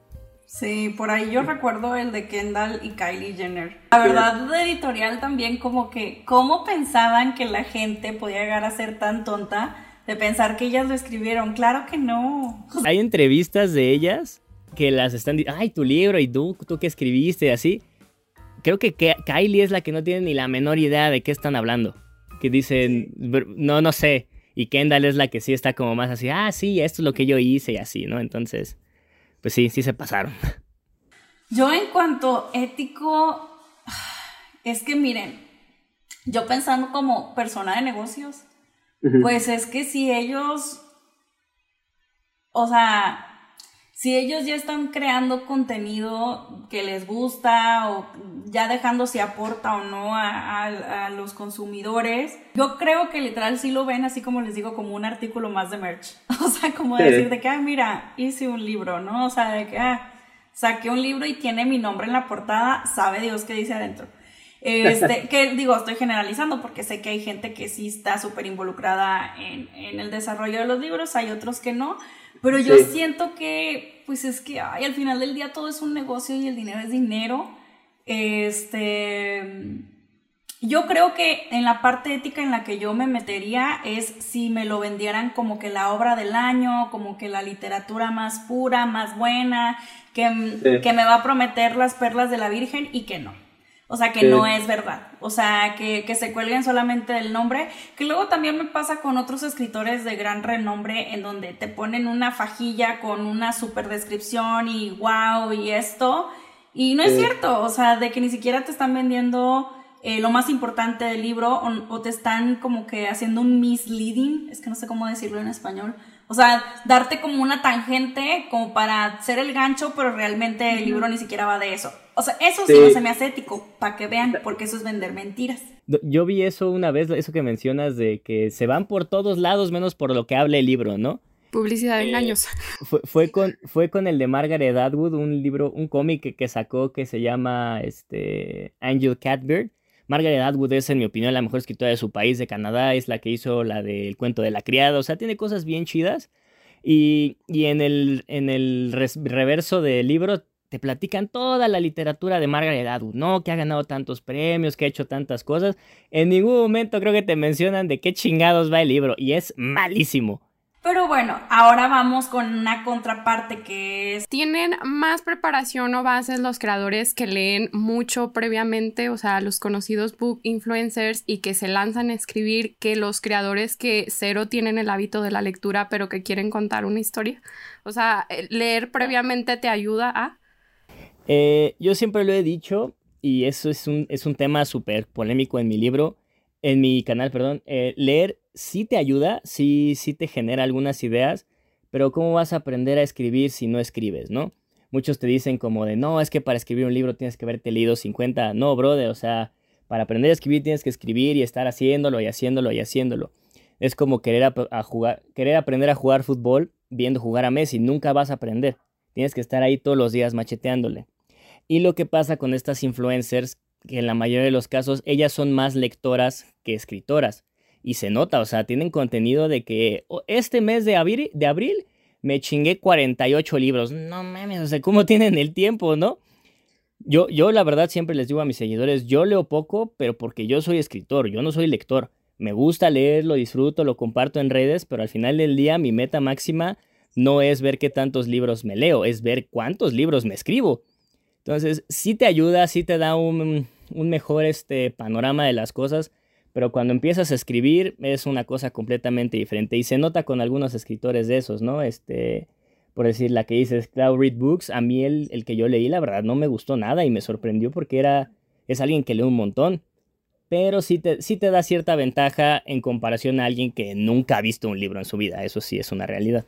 Sí, por ahí yo recuerdo el de Kendall y Kylie Jenner. La verdad, de editorial también como que, ¿cómo pensaban que la gente podía llegar a ser tan tonta de pensar que ellas lo escribieron? Claro que no. Hay entrevistas de ellas que las están diciendo, ay, tu libro, y tú, tú qué escribiste, y así. Creo que Kylie es la que no tiene ni la menor idea de qué están hablando. Que dicen, no, no sé. Y Kendall es la que sí está como más así, ah, sí, esto es lo que yo hice y así, ¿no? Entonces... pues sí, sí se pasaron. Yo en cuanto ético, es que miren, yo pensando como persona de negocios, uh-huh. pues es que si ellos, o sea, si ellos ya están creando contenido que les gusta o ya dejando si aporta o no a, a, a los consumidores, yo creo que literal sí lo ven así como les digo, como un artículo más de merch. O sea, como sí. decir de que, ah, mira, hice un libro, ¿no? O sea, de que, ah, saqué un libro y tiene mi nombre en la portada, sabe Dios qué dice adentro. Este, que digo, estoy generalizando porque sé que hay gente que sí está súper involucrada en, en el desarrollo de los libros, hay otros que no. Pero yo sí. siento que, pues es que ay, al final del día todo es un negocio y el dinero es dinero. Este, yo creo que en la parte ética en la que yo me metería es si me lo vendieran como que la obra del año, como que la literatura más pura, más buena, que, sí. que me va a prometer las perlas de la Virgen y que no. O sea, que sí. no es verdad. O sea, que, que se cuelguen solamente del nombre. Que luego también me pasa con otros escritores de gran renombre en donde te ponen una fajilla con una super descripción y wow y esto. Y no sí. es cierto. O sea, de que ni siquiera te están vendiendo eh, lo más importante del libro o, o te están como que haciendo un misleading. Es que no sé cómo decirlo en español. O sea, darte como una tangente como para ser el gancho, pero realmente el libro ni siquiera va de eso. O sea, eso sí, sí no se me hace ético, para que vean, porque eso es vender mentiras. Yo vi eso una vez, eso que mencionas de que se van por todos lados menos por lo que habla el libro, ¿no? Publicidad engañosa. Eh, fue, fue, con, fue con el de Margaret Atwood, un libro, un cómic que, que sacó que se llama este, Angel Catbird. Margaret Atwood es, en mi opinión, la mejor escritora de su país, de Canadá, es la que hizo la del cuento de la criada, o sea, tiene cosas bien chidas. Y, y en el, en el res, reverso del libro te platican toda la literatura de Margaret Atwood, ¿no? Que ha ganado tantos premios, que ha hecho tantas cosas. En ningún momento creo que te mencionan de qué chingados va el libro, y es malísimo. Pero bueno, ahora vamos con una contraparte que es... ¿Tienen más preparación o bases los creadores que leen mucho previamente? O sea, los conocidos book influencers y que se lanzan a escribir, que los creadores que cero tienen el hábito de la lectura pero que quieren contar una historia. O sea, ¿leer previamente te ayuda a...? Eh, yo siempre lo he dicho, y eso es un, es un tema súper polémico en mi libro, en mi canal, perdón. Eh, leer sí te ayuda, sí, sí te genera algunas ideas, pero ¿cómo vas a aprender a escribir si no escribes, no? Muchos te dicen como de, no, es que para escribir un libro tienes que haberte leído cincuenta. No, brother, o sea, para aprender a escribir tienes que escribir y estar haciéndolo y haciéndolo y haciéndolo. Es como querer, a, a jugar, querer aprender a jugar fútbol viendo jugar a Messi. Nunca vas a aprender. Tienes que estar ahí todos los días macheteándole. Y lo que pasa con estas influencers, que en la mayoría de los casos ellas son más lectoras que escritoras. Y se nota, o sea, tienen contenido de que este mes de abril, de abril me chingué cuarenta y ocho libros. No mames, o sea, ¿cómo tienen el tiempo, no? Yo, yo la verdad siempre les digo a mis seguidores, yo leo poco, pero porque yo soy escritor, yo no soy lector. Me gusta leer, lo disfruto, lo comparto en redes, pero al final del día mi meta máxima no es ver qué tantos libros me leo, es ver cuántos libros me escribo. Entonces, sí te ayuda, sí te da un, un mejor este, panorama de las cosas, pero cuando empiezas a escribir es una cosa completamente diferente. Y se nota con algunos escritores de esos, ¿no? Este, por decir, la que dices, Cloud Read Books, a mí el, el que yo leí, la verdad, no me gustó nada y me sorprendió porque era, es alguien que lee un montón. Pero sí te, sí te da cierta ventaja en comparación a alguien que nunca ha visto un libro en su vida. Eso sí es una realidad.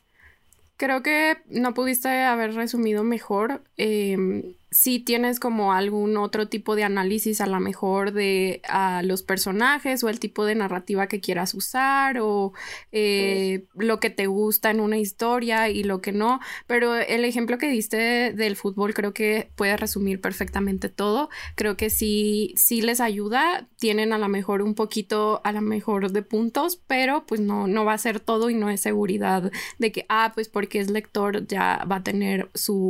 Creo que no pudiste haber resumido mejor. Eh, si tienes como algún otro tipo de análisis a lo mejor de uh, los personajes o el tipo de narrativa que quieras usar o eh, lo que te gusta en una historia y lo que no, pero el ejemplo que diste del fútbol creo que puede resumir perfectamente todo. Creo que sí, sí les ayuda, tienen a lo mejor un poquito a lo mejor de puntos, pero pues no, no va a ser todo y no es seguridad de que, ah, pues porque es lector ya va a tener su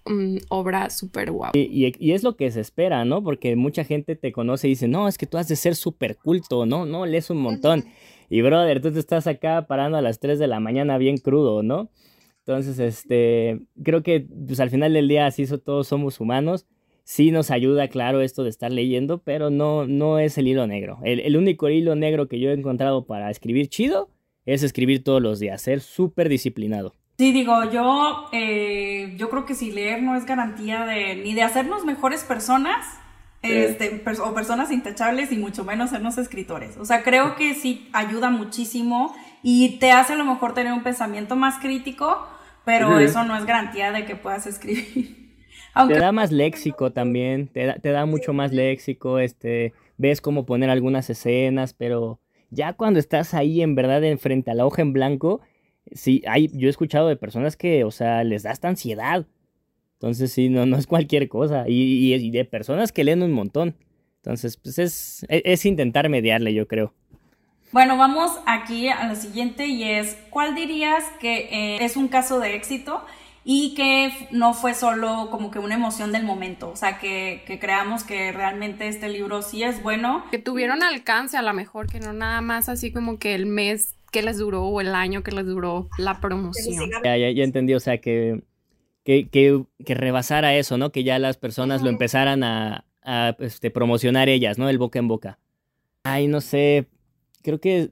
um, obra súper guau. Y, y, y es lo que se espera, ¿no? Porque mucha gente te conoce y dice, no, es que tú has de ser súper culto, ¿no? No, lees un montón. Y brother, tú te estás acá parando a las tres de la mañana bien crudo, ¿no? Entonces, este, creo que pues al final del día así so, todos somos humanos. Sí nos ayuda, claro, esto de estar leyendo, pero no, no es el hilo negro. El, el único hilo negro que yo he encontrado para escribir chido es escribir todos los días, ser súper disciplinado. Sí, digo, yo, eh, yo creo que si leer no es garantía de ni de hacernos mejores personas, sí. este, pers- o personas intachables, y mucho menos sernos escritores. O sea, creo que sí ayuda muchísimo y te hace a lo mejor tener un pensamiento más crítico, pero uh-huh. eso no es garantía de que puedas escribir. Aunque... Te da más léxico también, te da, te da mucho más léxico, este, ves cómo poner algunas escenas, pero ya cuando estás ahí en verdad en frente a la hoja en blanco, sí, hay, yo he escuchado de personas que, o sea, les da esta ansiedad. Entonces sí, no, no es cualquier cosa. Y, y, y de personas que leen un montón. Entonces, pues es, es, es intentar mediarle, yo creo. Bueno, vamos aquí a la siguiente y es, ¿cuál dirías que eh, es un caso de éxito y que no fue solo como que una emoción del momento? O sea, que, que creamos que realmente este libro sí es bueno. Que tuvieron alcance a lo mejor, que no nada más así como que el mes que les duró o el año que les duró la promoción. Ya, ya, ya entendí, o sea, que, que, que, que rebasara eso, ¿no? Que ya las personas lo empezaran a, a este, promocionar ellas, ¿no? El boca en boca. Ay, no sé... Creo que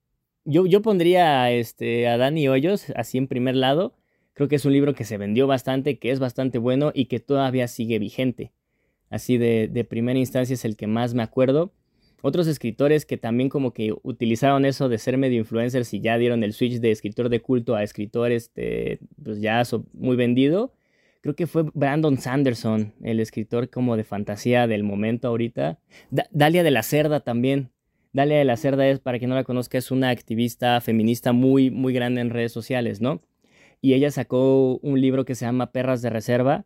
yo, yo pondría este, a Dani Hoyos así en primer lado. Creo que es un libro que se vendió bastante, que es bastante bueno y que todavía sigue vigente. Así de, de primera instancia es el que más me acuerdo. Otros escritores que también como que utilizaron eso de ser medio influencers y ya dieron el switch de escritor de culto a escritor este, pues ya so, muy vendido. Creo que fue Brandon Sanderson, el escritor como de fantasía del momento ahorita. Da- Dalia de la Cerda también. Dalia de la Cerda es, para quien no la conozca, es una activista feminista muy, muy grande en redes sociales, ¿no? Y ella sacó un libro que se llama Perras de Reserva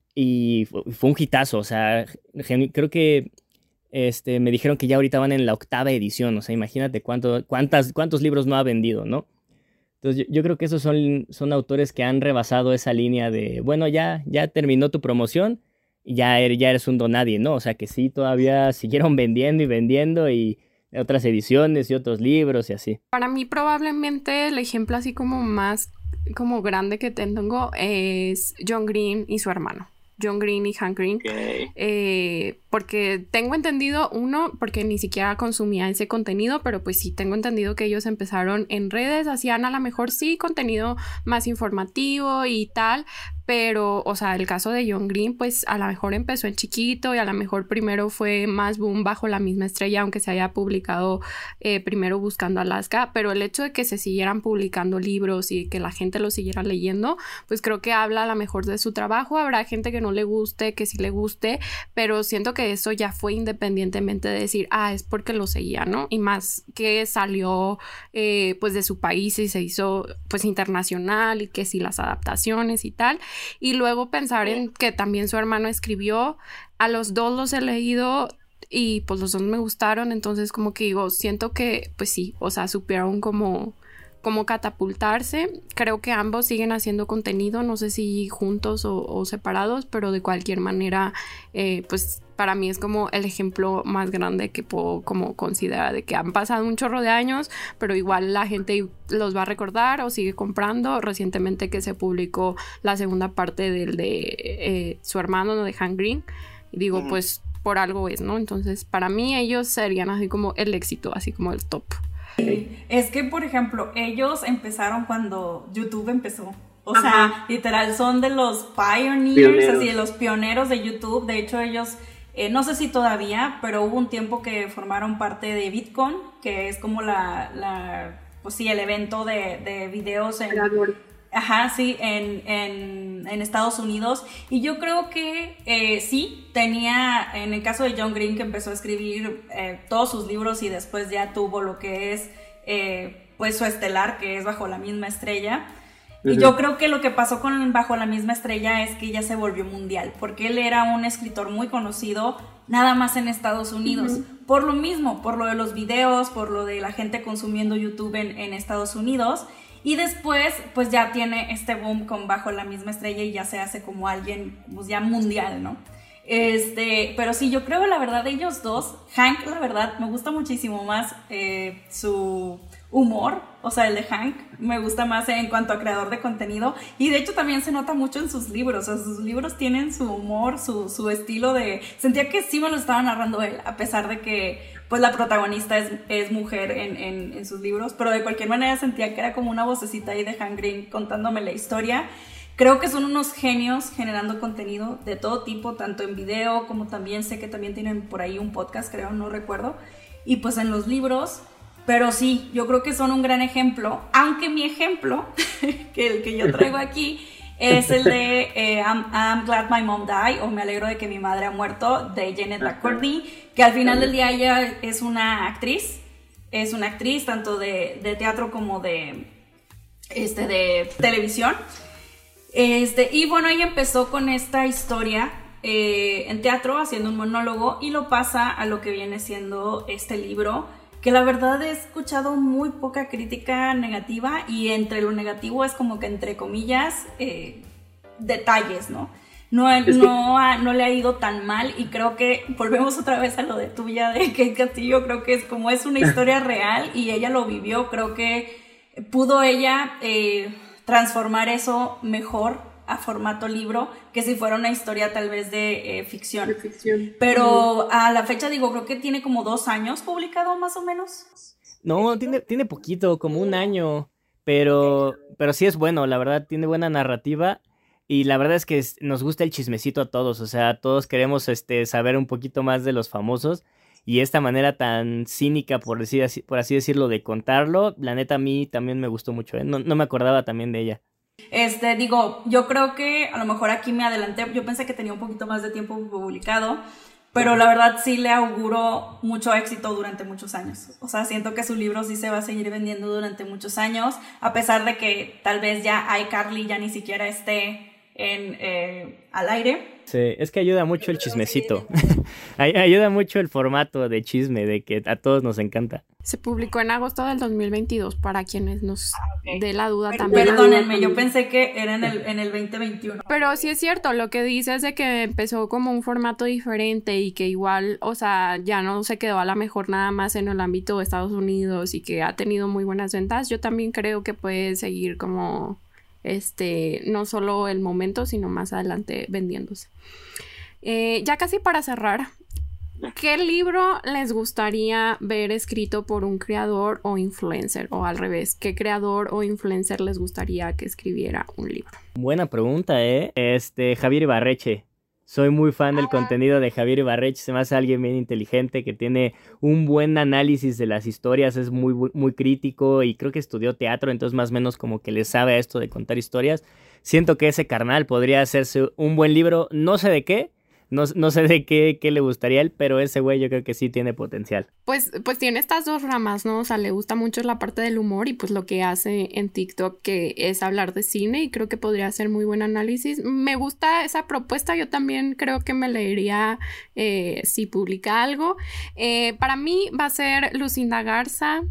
y fue, fue un hitazo, o sea, creo que este, me dijeron que ya ahorita van en la octava edición, o sea, imagínate cuánto, cuántas, cuántos libros no ha vendido, ¿no? Entonces yo, yo creo que esos son, son autores que han rebasado esa línea de, bueno, ya, ya terminó tu promoción y ya, er, ya eres un donadie, ¿no? O sea, que sí, todavía siguieron vendiendo y vendiendo y... otras ediciones y otros libros y así. Para mí probablemente el ejemplo así como más como grande que tengo es John Green y su hermano. John Green y Hank Green. Okay. Eh, porque tengo entendido, uno, porque ni siquiera consumía ese contenido, pero pues sí tengo entendido que ellos empezaron en redes, hacían a lo mejor sí contenido más informativo y tal, pero, o sea, el caso de John Green, pues a lo mejor empezó en chiquito y a lo mejor primero fue más boom bajo la misma estrella, aunque se haya publicado eh, primero Buscando Alaska, pero el hecho de que se siguieran publicando libros y que la gente los siguiera leyendo, pues creo que habla a lo mejor de su trabajo. Habrá gente que no le guste, que sí le guste, pero siento que eso ya fue independientemente de decir, ah, es porque lo seguía, ¿no? Y más que salió eh, pues de su país y se hizo pues internacional y que sí las adaptaciones y tal. Y luego pensar en que también su hermano escribió, a los dos los he leído y pues los dos me gustaron, entonces como que digo, siento que pues sí, o sea, supieron como, como catapultarse. Creo que ambos siguen haciendo contenido, no sé si juntos o, o separados, pero de cualquier manera eh, pues para mí es como el ejemplo más grande que puedo como considerar de que han pasado un chorro de años, pero igual la gente los va a recordar o sigue comprando. Recientemente que se publicó la segunda parte del de eh, su hermano, ¿no? De Hank Green, y digo, uh-huh. pues por algo es, ¿no? Entonces para mí ellos serían así como el éxito, así como el top. Sí. Es que, por ejemplo, ellos empezaron cuando YouTube empezó. O Ajá. sea, literal, son de los pioneers, pioneros. Así de los pioneros de YouTube. De hecho, ellos... Eh, no sé si todavía, pero hubo un tiempo que formaron parte de VidCon, que es como la, la pues sí, el evento de, de videos en, ajá, sí, en, en, en Estados Unidos. Y yo creo que eh, sí, tenía, en el caso de John Green, que empezó a escribir eh, todos sus libros y después ya tuvo lo que es eh, pues su estelar, que es Bajo la Misma Estrella. Y yo creo que lo que pasó con Bajo la Misma Estrella es que ya se volvió mundial, porque él era un escritor muy conocido nada más en Estados Unidos, uh-huh. por lo mismo, por lo de los videos, por lo de la gente consumiendo YouTube en, en Estados Unidos, Y después, pues ya tiene este boom con Bajo la misma estrella y ya se hace como alguien, pues ya mundial, ¿no? Este, pero sí, yo creo la verdad de ellos dos, Hank, la verdad, me gusta muchísimo más eh, su humor, o sea, el de Hank, me gusta más en cuanto a creador de contenido, y de hecho también se nota mucho en sus libros, o sea, sus libros tienen su humor, su, su estilo de, sentía que sí me lo estaba narrando él, a pesar de que pues la protagonista es, es mujer en, en, en sus libros, pero de cualquier manera sentía que era como una vocecita ahí de Hank Green contándome la historia. Creo que son unos genios generando contenido de todo tipo, tanto en video como también sé que también tienen por ahí un podcast, creo, no recuerdo, y pues en los libros, pero sí, yo creo que son un gran ejemplo, aunque mi ejemplo, que el que yo traigo aquí, es el de eh, I'm, I'm Glad My Mom Died, o Me alegro de que mi madre ha muerto, de Janet McCurdy, que al final del día ella es una actriz, es una actriz tanto de, de teatro como de, este, de televisión. Este, y bueno, ella empezó con esta historia eh, en teatro, haciendo un monólogo, y lo pasa a lo que viene siendo este libro, que la verdad he escuchado muy poca crítica negativa, y entre lo negativo es como que entre comillas eh, detalles, ¿no? No, no, no le ha ido tan mal, y creo que volvemos otra vez a lo de tuya de Kate Castillo. Creo que es como es una historia real y ella lo vivió, creo que pudo ella eh, transformar eso mejor a formato libro que si fuera una historia tal vez de eh, ficción. De ficción. Pero a la fecha, digo, creo que tiene como dos años publicado más o menos. No, tiene, tiene poquito, como un año, pero, pero sí es bueno, la verdad, tiene buena narrativa. Y la verdad es que es, nos gusta el chismecito a todos, o sea, todos queremos este, saber un poquito más de los famosos, y esta manera tan cínica, por, decir así, por así decirlo, de contarlo, la neta a mí también me gustó mucho, ¿eh? no, no me acordaba también de ella. Este, digo, yo creo que a lo mejor aquí me adelanté, yo pensé que tenía un poquito más de tiempo publicado, pero la verdad sí le auguro mucho éxito durante muchos años. O sea, siento que su libro sí se va a seguir vendiendo durante muchos años, a pesar de que tal vez ya iCarly ya ni siquiera esté en, eh, al aire. Sí, es que ayuda mucho el chismecito. Ayuda mucho el formato de chisme, de que a todos nos encanta. Se publicó en agosto del dos mil veintidós, para quienes nos okay. dé la duda Pero, también. Perdónenme, yo pensé que era en el, en el veinte veintiuno. Pero sí es cierto, lo que dices de que empezó como un formato diferente y que igual, o sea, ya no se quedó a la mejor nada más en el ámbito de Estados Unidos y que ha tenido muy buenas ventas. Yo también creo que puede seguir como... este, no solo el momento, sino más adelante vendiéndose. Eh, ya casi para cerrar, ¿qué libro les gustaría ver escrito por un creador o influencer? O al revés, ¿qué creador o influencer les gustaría que escribiera un libro? Buena pregunta, ¿eh? Este, Javier Ibarreche. Soy muy fan del contenido de Javier Ibarreche, se me hace alguien bien inteligente que tiene un buen análisis de las historias, es muy, muy crítico y creo que estudió teatro, entonces más o menos como que le sabe a esto de contar historias. Siento que ese carnal podría hacerse un buen libro, no sé de qué, no, no sé de qué, qué le gustaría a él, pero ese güey yo creo que sí tiene potencial. Pues, pues tiene estas dos ramas, ¿no? O sea, le gusta mucho la parte del humor y pues lo que hace en TikTok, que es hablar de cine, y creo que podría hacer muy buen análisis. Me gusta esa propuesta, yo también creo que me leería eh, si publica algo. Eh, para mí va a ser Lucinda Garza.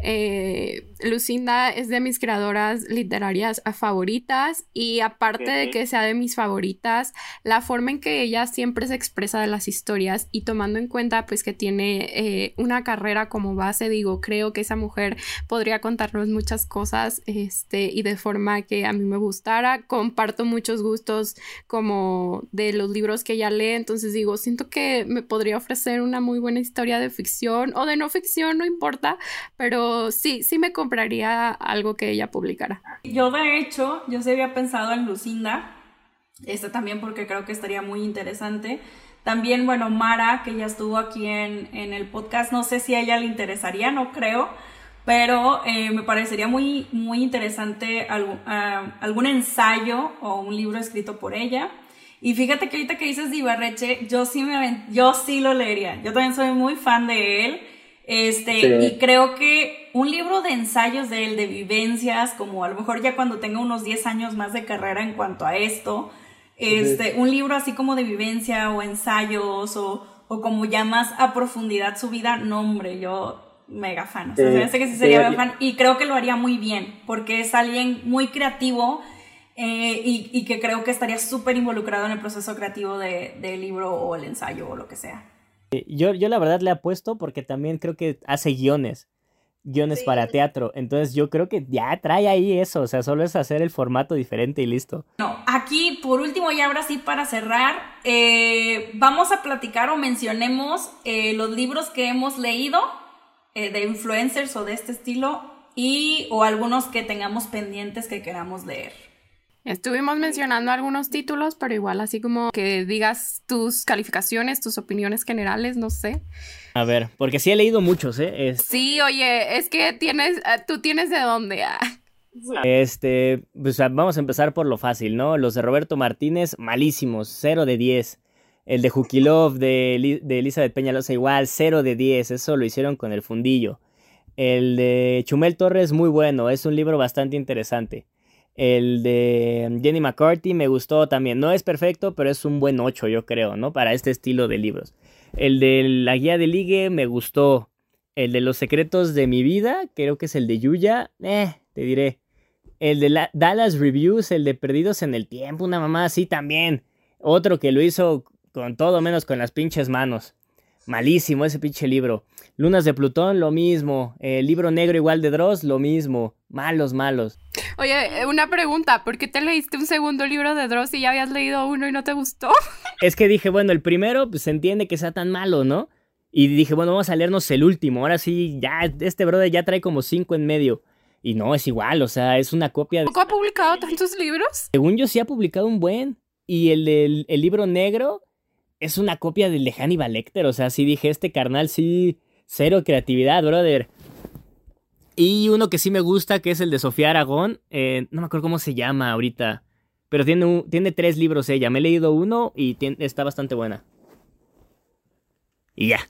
Eh, Lucinda es de mis creadoras literarias favoritas, y aparte de que sea de mis favoritas, la forma en que ella siempre se expresa de las historias, y tomando en cuenta pues que tiene eh, una carrera como base, digo, creo que esa mujer podría contarnos muchas cosas este, y de forma que a mí me gustara. Comparto muchos gustos como de los libros que ella lee, entonces digo, siento que me podría ofrecer una muy buena historia de ficción o de no ficción, no importa, pero sí, sí me compraría algo que ella publicara. Yo de hecho, yo sí había pensado en Lucinda, este también porque creo que estaría muy interesante. También, bueno, Mara, que ya estuvo aquí en, en el podcast, no sé si a ella le interesaría, no creo, pero eh, me parecería muy, muy interesante algún, uh, algún ensayo o un libro escrito por ella. Y fíjate que ahorita que dices de Ibarreche, yo sí, me, yo sí lo leería. Yo también soy muy fan de él. Este, sí. Y creo que un libro de ensayos de él, de vivencias, como a lo mejor ya cuando tenga unos diez años más de carrera en cuanto a esto, este, sí. Un libro así como de vivencia o ensayos o, o como ya más a profundidad su vida, no hombre, yo mega fan. O sea, eh, se me hace que sí sería eh, mega fan y creo que lo haría muy bien porque es alguien muy creativo eh, y, y que creo que estaría súper involucrado en el proceso creativo de, del libro o el ensayo o lo que sea. Yo, yo la verdad le apuesto porque también creo que hace guiones. guiones sí. para teatro, entonces yo creo que ya trae ahí eso, o sea, solo es hacer el formato diferente y listo. No, aquí por último y ahora sí para cerrar, eh, vamos a platicar o mencionemos eh, los libros que hemos leído eh, de influencers o de este estilo y o algunos que tengamos pendientes que queramos leer. Estuvimos mencionando algunos títulos, pero igual así como que digas tus calificaciones, tus opiniones generales, no sé. A ver, porque sí he leído muchos, ¿eh? Es... Sí, oye, es que tienes, tú tienes de dónde. Ah. Este, pues vamos a empezar por lo fácil, ¿no? Los de Roberto Martínez, malísimos, cero de diez. El de Jukilov, de, de Elizabeth Peñalosa, igual, cero de diez. Eso lo hicieron con el fundillo. El de Chumel Torres, muy bueno, es un libro bastante interesante. El de Jenny McCarthy me gustó también. No es perfecto, pero es un buen ocho, yo creo, ¿no? Para este estilo de libros. El de La Guía de Ligue me gustó. El de Los Secretos de mi Vida, creo que es el de Yuya. Eh, te diré. El de la Dallas Reviews, el de Perdidos en el Tiempo, una mamá así también. Otro que lo hizo con todo menos con las pinches manos. Malísimo ese pinche libro. Lunas de Plutón, lo mismo. El libro negro igual de Dross, lo mismo. Malos, malos. Oye, una pregunta. ¿Por qué te leíste un segundo libro de Dross si ya habías leído uno y no te gustó? Es que dije, bueno, el primero, pues se entiende que sea tan malo, ¿no? Y dije, bueno, vamos a leernos el último. Ahora sí, ya, este brother ya trae como cinco en medio. Y no, es igual, o sea, es una copia de... ¿Tampoco ha publicado tantos libros? Según yo sí ha publicado un buen. Y el del el libro negro... es una copia del de Hannibal Lecter, o sea, sí dije, este carnal sí, cero creatividad, brother. Y uno que sí me gusta, que es el de Sofía Aragón, eh, no me acuerdo cómo se llama ahorita, pero tiene, un, tiene tres libros ella, me he leído uno y tiene, está bastante buena. Y ya.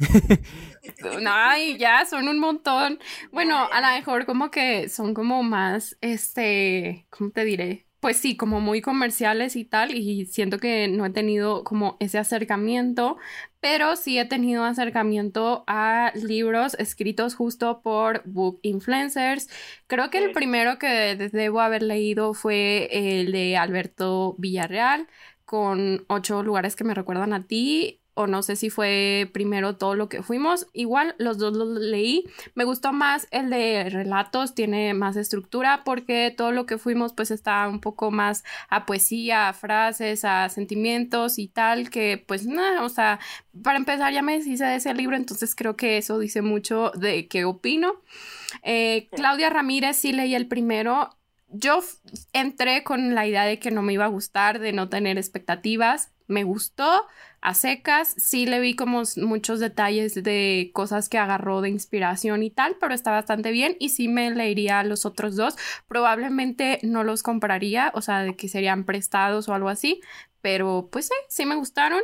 Ay, ya, son un montón. Bueno, a lo mejor como que son como más, este, ¿cómo te diré? Pues sí, como muy comerciales y tal, y siento que no he tenido como ese acercamiento, pero sí he tenido acercamiento a libros escritos justo por book influencers. Creo que el primero que debo haber leído fue el de Alberto Villarreal, con ocho lugares que me recuerdan a ti. O no sé si fue primero Todo lo que fuimos. Igual los dos los leí. Me gustó más el de relatos, tiene más estructura porque Todo lo que fuimos pues está un poco más a poesía, a frases, a sentimientos y tal, que pues nada, o sea, para empezar ya me deshice de ese libro, entonces creo que eso dice mucho de qué opino. Eh, Claudia Ramírez sí leí el primero. Yo f- entré con la idea de que no me iba a gustar, de no tener expectativas. Me gustó a secas, sí le vi como muchos detalles de cosas que agarró de inspiración y tal, pero está bastante bien y sí me leería los otros dos. Probablemente no los compraría, o sea, de que serían prestados o algo así, pero pues sí, sí me gustaron.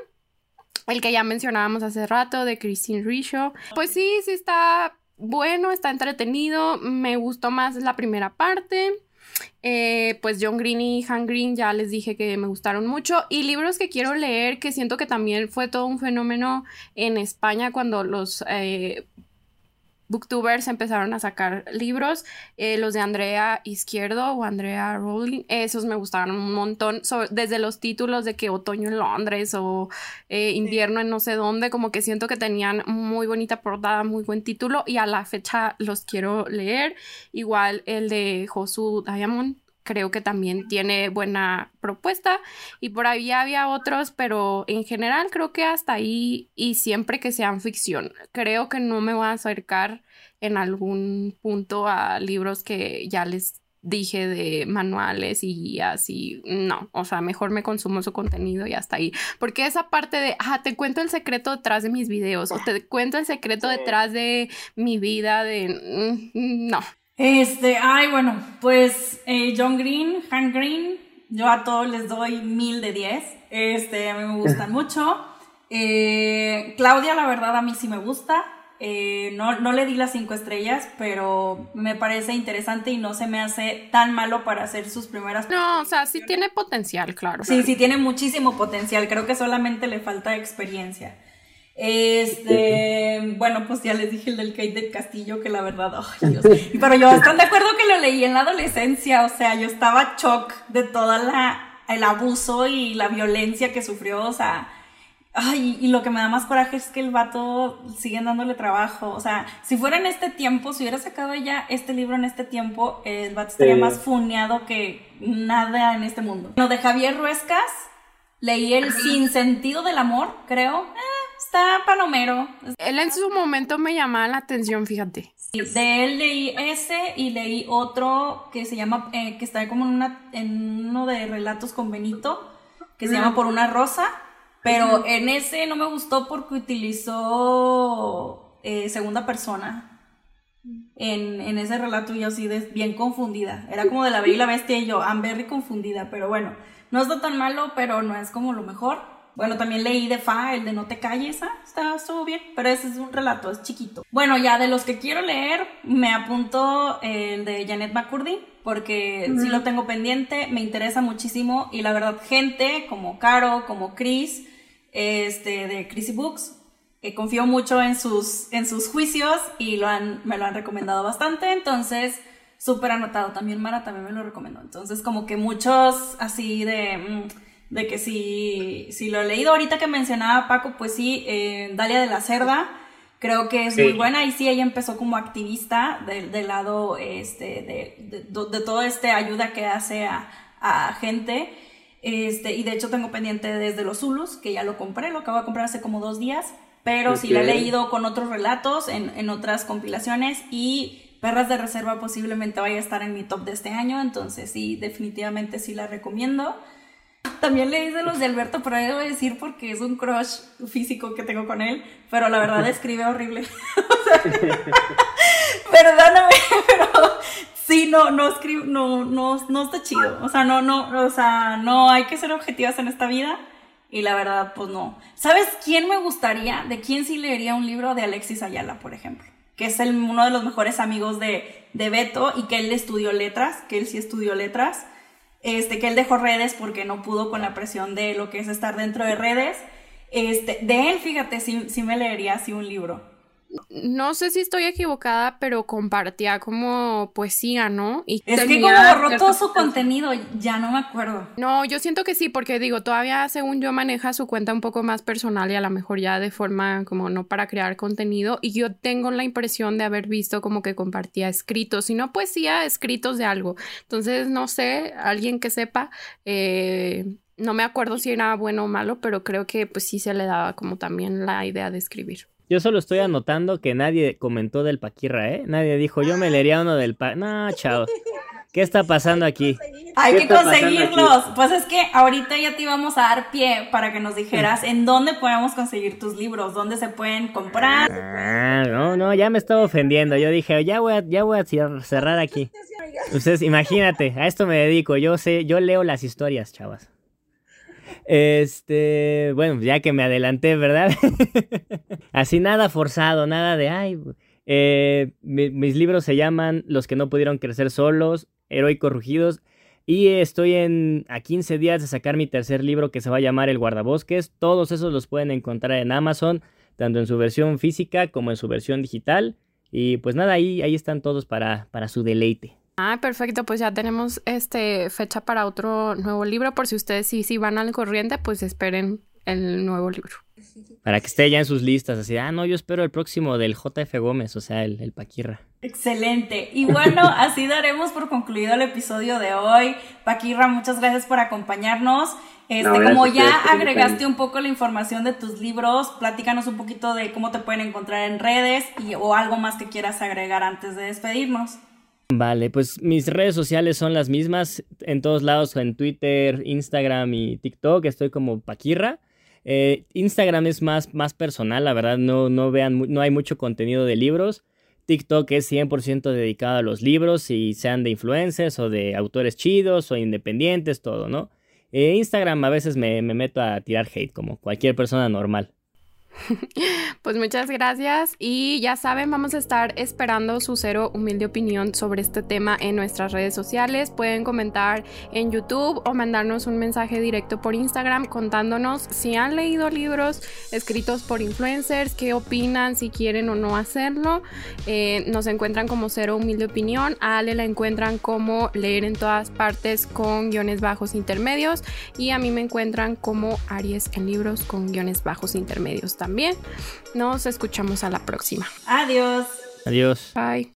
El que ya mencionábamos hace rato de Christine Risho, pues sí, sí está bueno, está entretenido, me gustó más la primera parte. Eh, pues John Green y Han Green ya les dije que me gustaron mucho, y libros que quiero leer que siento que también fue todo un fenómeno en España cuando los eh, booktubers empezaron a sacar libros, eh, los de Andrea Izquierdo o Andrea Rowling, esos me gustaron un montón, so, desde los títulos de que Otoño en Londres o eh, Invierno en no sé dónde, como que siento que tenían muy bonita portada, muy buen título, y a la fecha los quiero leer. Igual el de Josu Diamond, creo que también tiene buena propuesta, y por ahí había otros, pero en general creo que hasta ahí, y siempre que sean ficción. Creo que no me voy a acercar en algún punto a libros que ya les dije de manuales y guías y no, o sea, mejor me consumo su contenido y hasta ahí, porque esa parte de, ah, te cuento el secreto detrás de mis videos o te cuento el secreto detrás de mi vida, de, mm, no. Este, ay, bueno, pues eh, John Green, Han Green, yo a todos les doy mil de diez, este, a mí me gustan mucho. eh, Claudia, la verdad, a mí sí me gusta, eh, no, no le di las cinco estrellas, pero me parece interesante y no se me hace tan malo para hacer sus primeras... No, o sea, sí tiene potencial, claro. Sí, sí tiene muchísimo potencial, creo que solamente le falta experiencia. Este, bueno, pues ya les dije el del Kate del Castillo, que la verdad, ay, Dios. Pero yo estoy de acuerdo que lo leí en la adolescencia, o sea, yo estaba shock de toda la, el abuso y la violencia que sufrió, o sea, ay, y lo que me da más coraje es que el vato siguen dándole trabajo, o sea, si fuera en este tiempo, si hubiera sacado ya este libro en este tiempo, el vato estaría sí. más funeado que nada en este mundo. Lo de Javier Ruescas, leí el Sinsentido del Amor, creo, eh, está palomero. Él en su momento me llamaba la atención, fíjate. De él leí ese y leí otro que se llama, eh, que está como en, una, en uno de relatos con Benito, que se llama Por una rosa. Pero en ese no me gustó porque utilizó eh, segunda persona en, en ese relato, y yo así de, bien confundida. Era como de La Bella y la Bestia y yo, Amberry confundida, pero bueno, no está tan malo, pero no es como lo mejor. Bueno, también leí de Fa, el de No te calles, ¿ah? Está, estuvo bien, pero ese es un relato, es chiquito. Bueno, ya de los que quiero leer, me apunto el de Janet McCurdy, porque mm. sí lo tengo pendiente, me interesa muchísimo, y la verdad, gente como Caro, como Chris, este, de Chrissy Books, que confío mucho en sus, en sus juicios, y lo han, me lo han recomendado bastante, entonces, súper anotado. También Mara también me lo recomendó, entonces como que muchos así de... Mmm, de que si, si lo he leído ahorita que mencionaba Paco, pues sí, eh, Dalia de la Cerda, creo que es sí. muy buena, y sí, ella empezó como activista del, del lado este, de, de, de, de todo este ayuda que hace a, a gente, este, y de hecho tengo pendiente desde Los Zulus, que ya lo compré, lo acabo de comprar hace como dos días, pero okay. sí la he leído con otros relatos, en, en otras compilaciones, y Perras de Reserva posiblemente vaya a estar en mi top de este año, entonces sí, definitivamente sí la recomiendo. También leí de los de Alberto, pero ahí debo decir porque es un crush físico que tengo con él, pero la verdad escribe horrible. Perdóname, pero sí, no, no escribe, no, no, no está chido. O sea, no, no, o sea, no hay que ser objetivas en esta vida, y la verdad, pues no. ¿Sabes quién me gustaría? ¿De quién sí leería un libro? De Alexis Ayala, por ejemplo, que es el, uno de los mejores amigos de, de Beto, y que él estudió letras, que él sí estudió letras. Este, que él dejó redes porque no pudo con la presión de lo que es estar dentro de redes. Este, de él, fíjate, sí, sí me leería así un libro. No sé si estoy equivocada, pero compartía como poesía, ¿no? Y es que como borró todo su contenido, ya no me acuerdo. No, yo siento que sí, porque digo, todavía según yo maneja su cuenta un poco más personal, y a lo mejor ya de forma como no para crear contenido, y yo tengo la impresión de haber visto como que compartía escritos, y no poesía, escritos de algo. Entonces, no sé, alguien que sepa, eh, no me acuerdo si era bueno o malo, pero creo que pues sí se le daba como también la idea de escribir. Yo solo estoy anotando que nadie comentó del Paquirra, ¿eh? Nadie dijo, yo me leería uno del Pa... No, chao. ¿Qué está pasando aquí? Hay que conseguirlos. Pues es que ahorita ya te íbamos a dar pie para que nos dijeras en dónde podemos conseguir tus libros, dónde se pueden comprar. Ah, no, no, ya me estaba ofendiendo. Yo dije, ya voy a, ya voy a cerrar aquí. Ustedes, imagínate, a esto me dedico. Yo sé, yo leo las historias, chavas. Este, bueno, ya que me adelanté, ¿verdad? Así nada forzado, nada de, ay, eh, mi, mis libros se llaman Los que no pudieron crecer solos, Heroicos Rugidos, y estoy en, a quince días de sacar mi tercer libro que se va a llamar El Guardabosques. Todos esos los pueden encontrar en Amazon, tanto en su versión física como en su versión digital, y pues nada, ahí, ahí están todos para, para su deleite. Ah, perfecto, pues ya tenemos este fecha para otro nuevo libro, por si ustedes sí, sí van al corriente, pues esperen el nuevo libro. Para que esté ya en sus listas, así, ah, no, yo espero el próximo del J F Gómez, o sea, el, el Paquirra. Excelente, y bueno, así daremos por concluido el episodio de hoy. Paquirra, muchas gracias por acompañarnos. Este, no, como ya agregaste un poco la información de tus libros, platícanos un poquito de cómo te pueden encontrar en redes, y, o algo más que quieras agregar antes de despedirnos. Vale, pues mis redes sociales son las mismas en todos lados, en Twitter, Instagram y TikTok, estoy como Paquirra. Eh, Instagram es más, más personal, la verdad, no, no vean, no hay mucho contenido de libros. TikTok es cien por ciento dedicado a los libros, y sean de influencers o de autores chidos o independientes, todo, ¿no? Eh, Instagram a veces me, me meto a tirar hate, como cualquier persona normal. Pues muchas gracias y ya saben, vamos a estar esperando su cero humilde opinión sobre este tema en nuestras redes sociales. Pueden comentar en YouTube o mandarnos un mensaje directo por Instagram contándonos si han leído libros escritos por influencers, qué opinan, si quieren o no hacerlo. Eh, nos encuentran como cero humilde opinión. A Ale la encuentran como leer en todas partes con guiones bajos intermedios y a mí me encuentran como Aries en libros con guiones bajos intermedios también. Nos escuchamos a la próxima. Adiós. Adiós. Bye.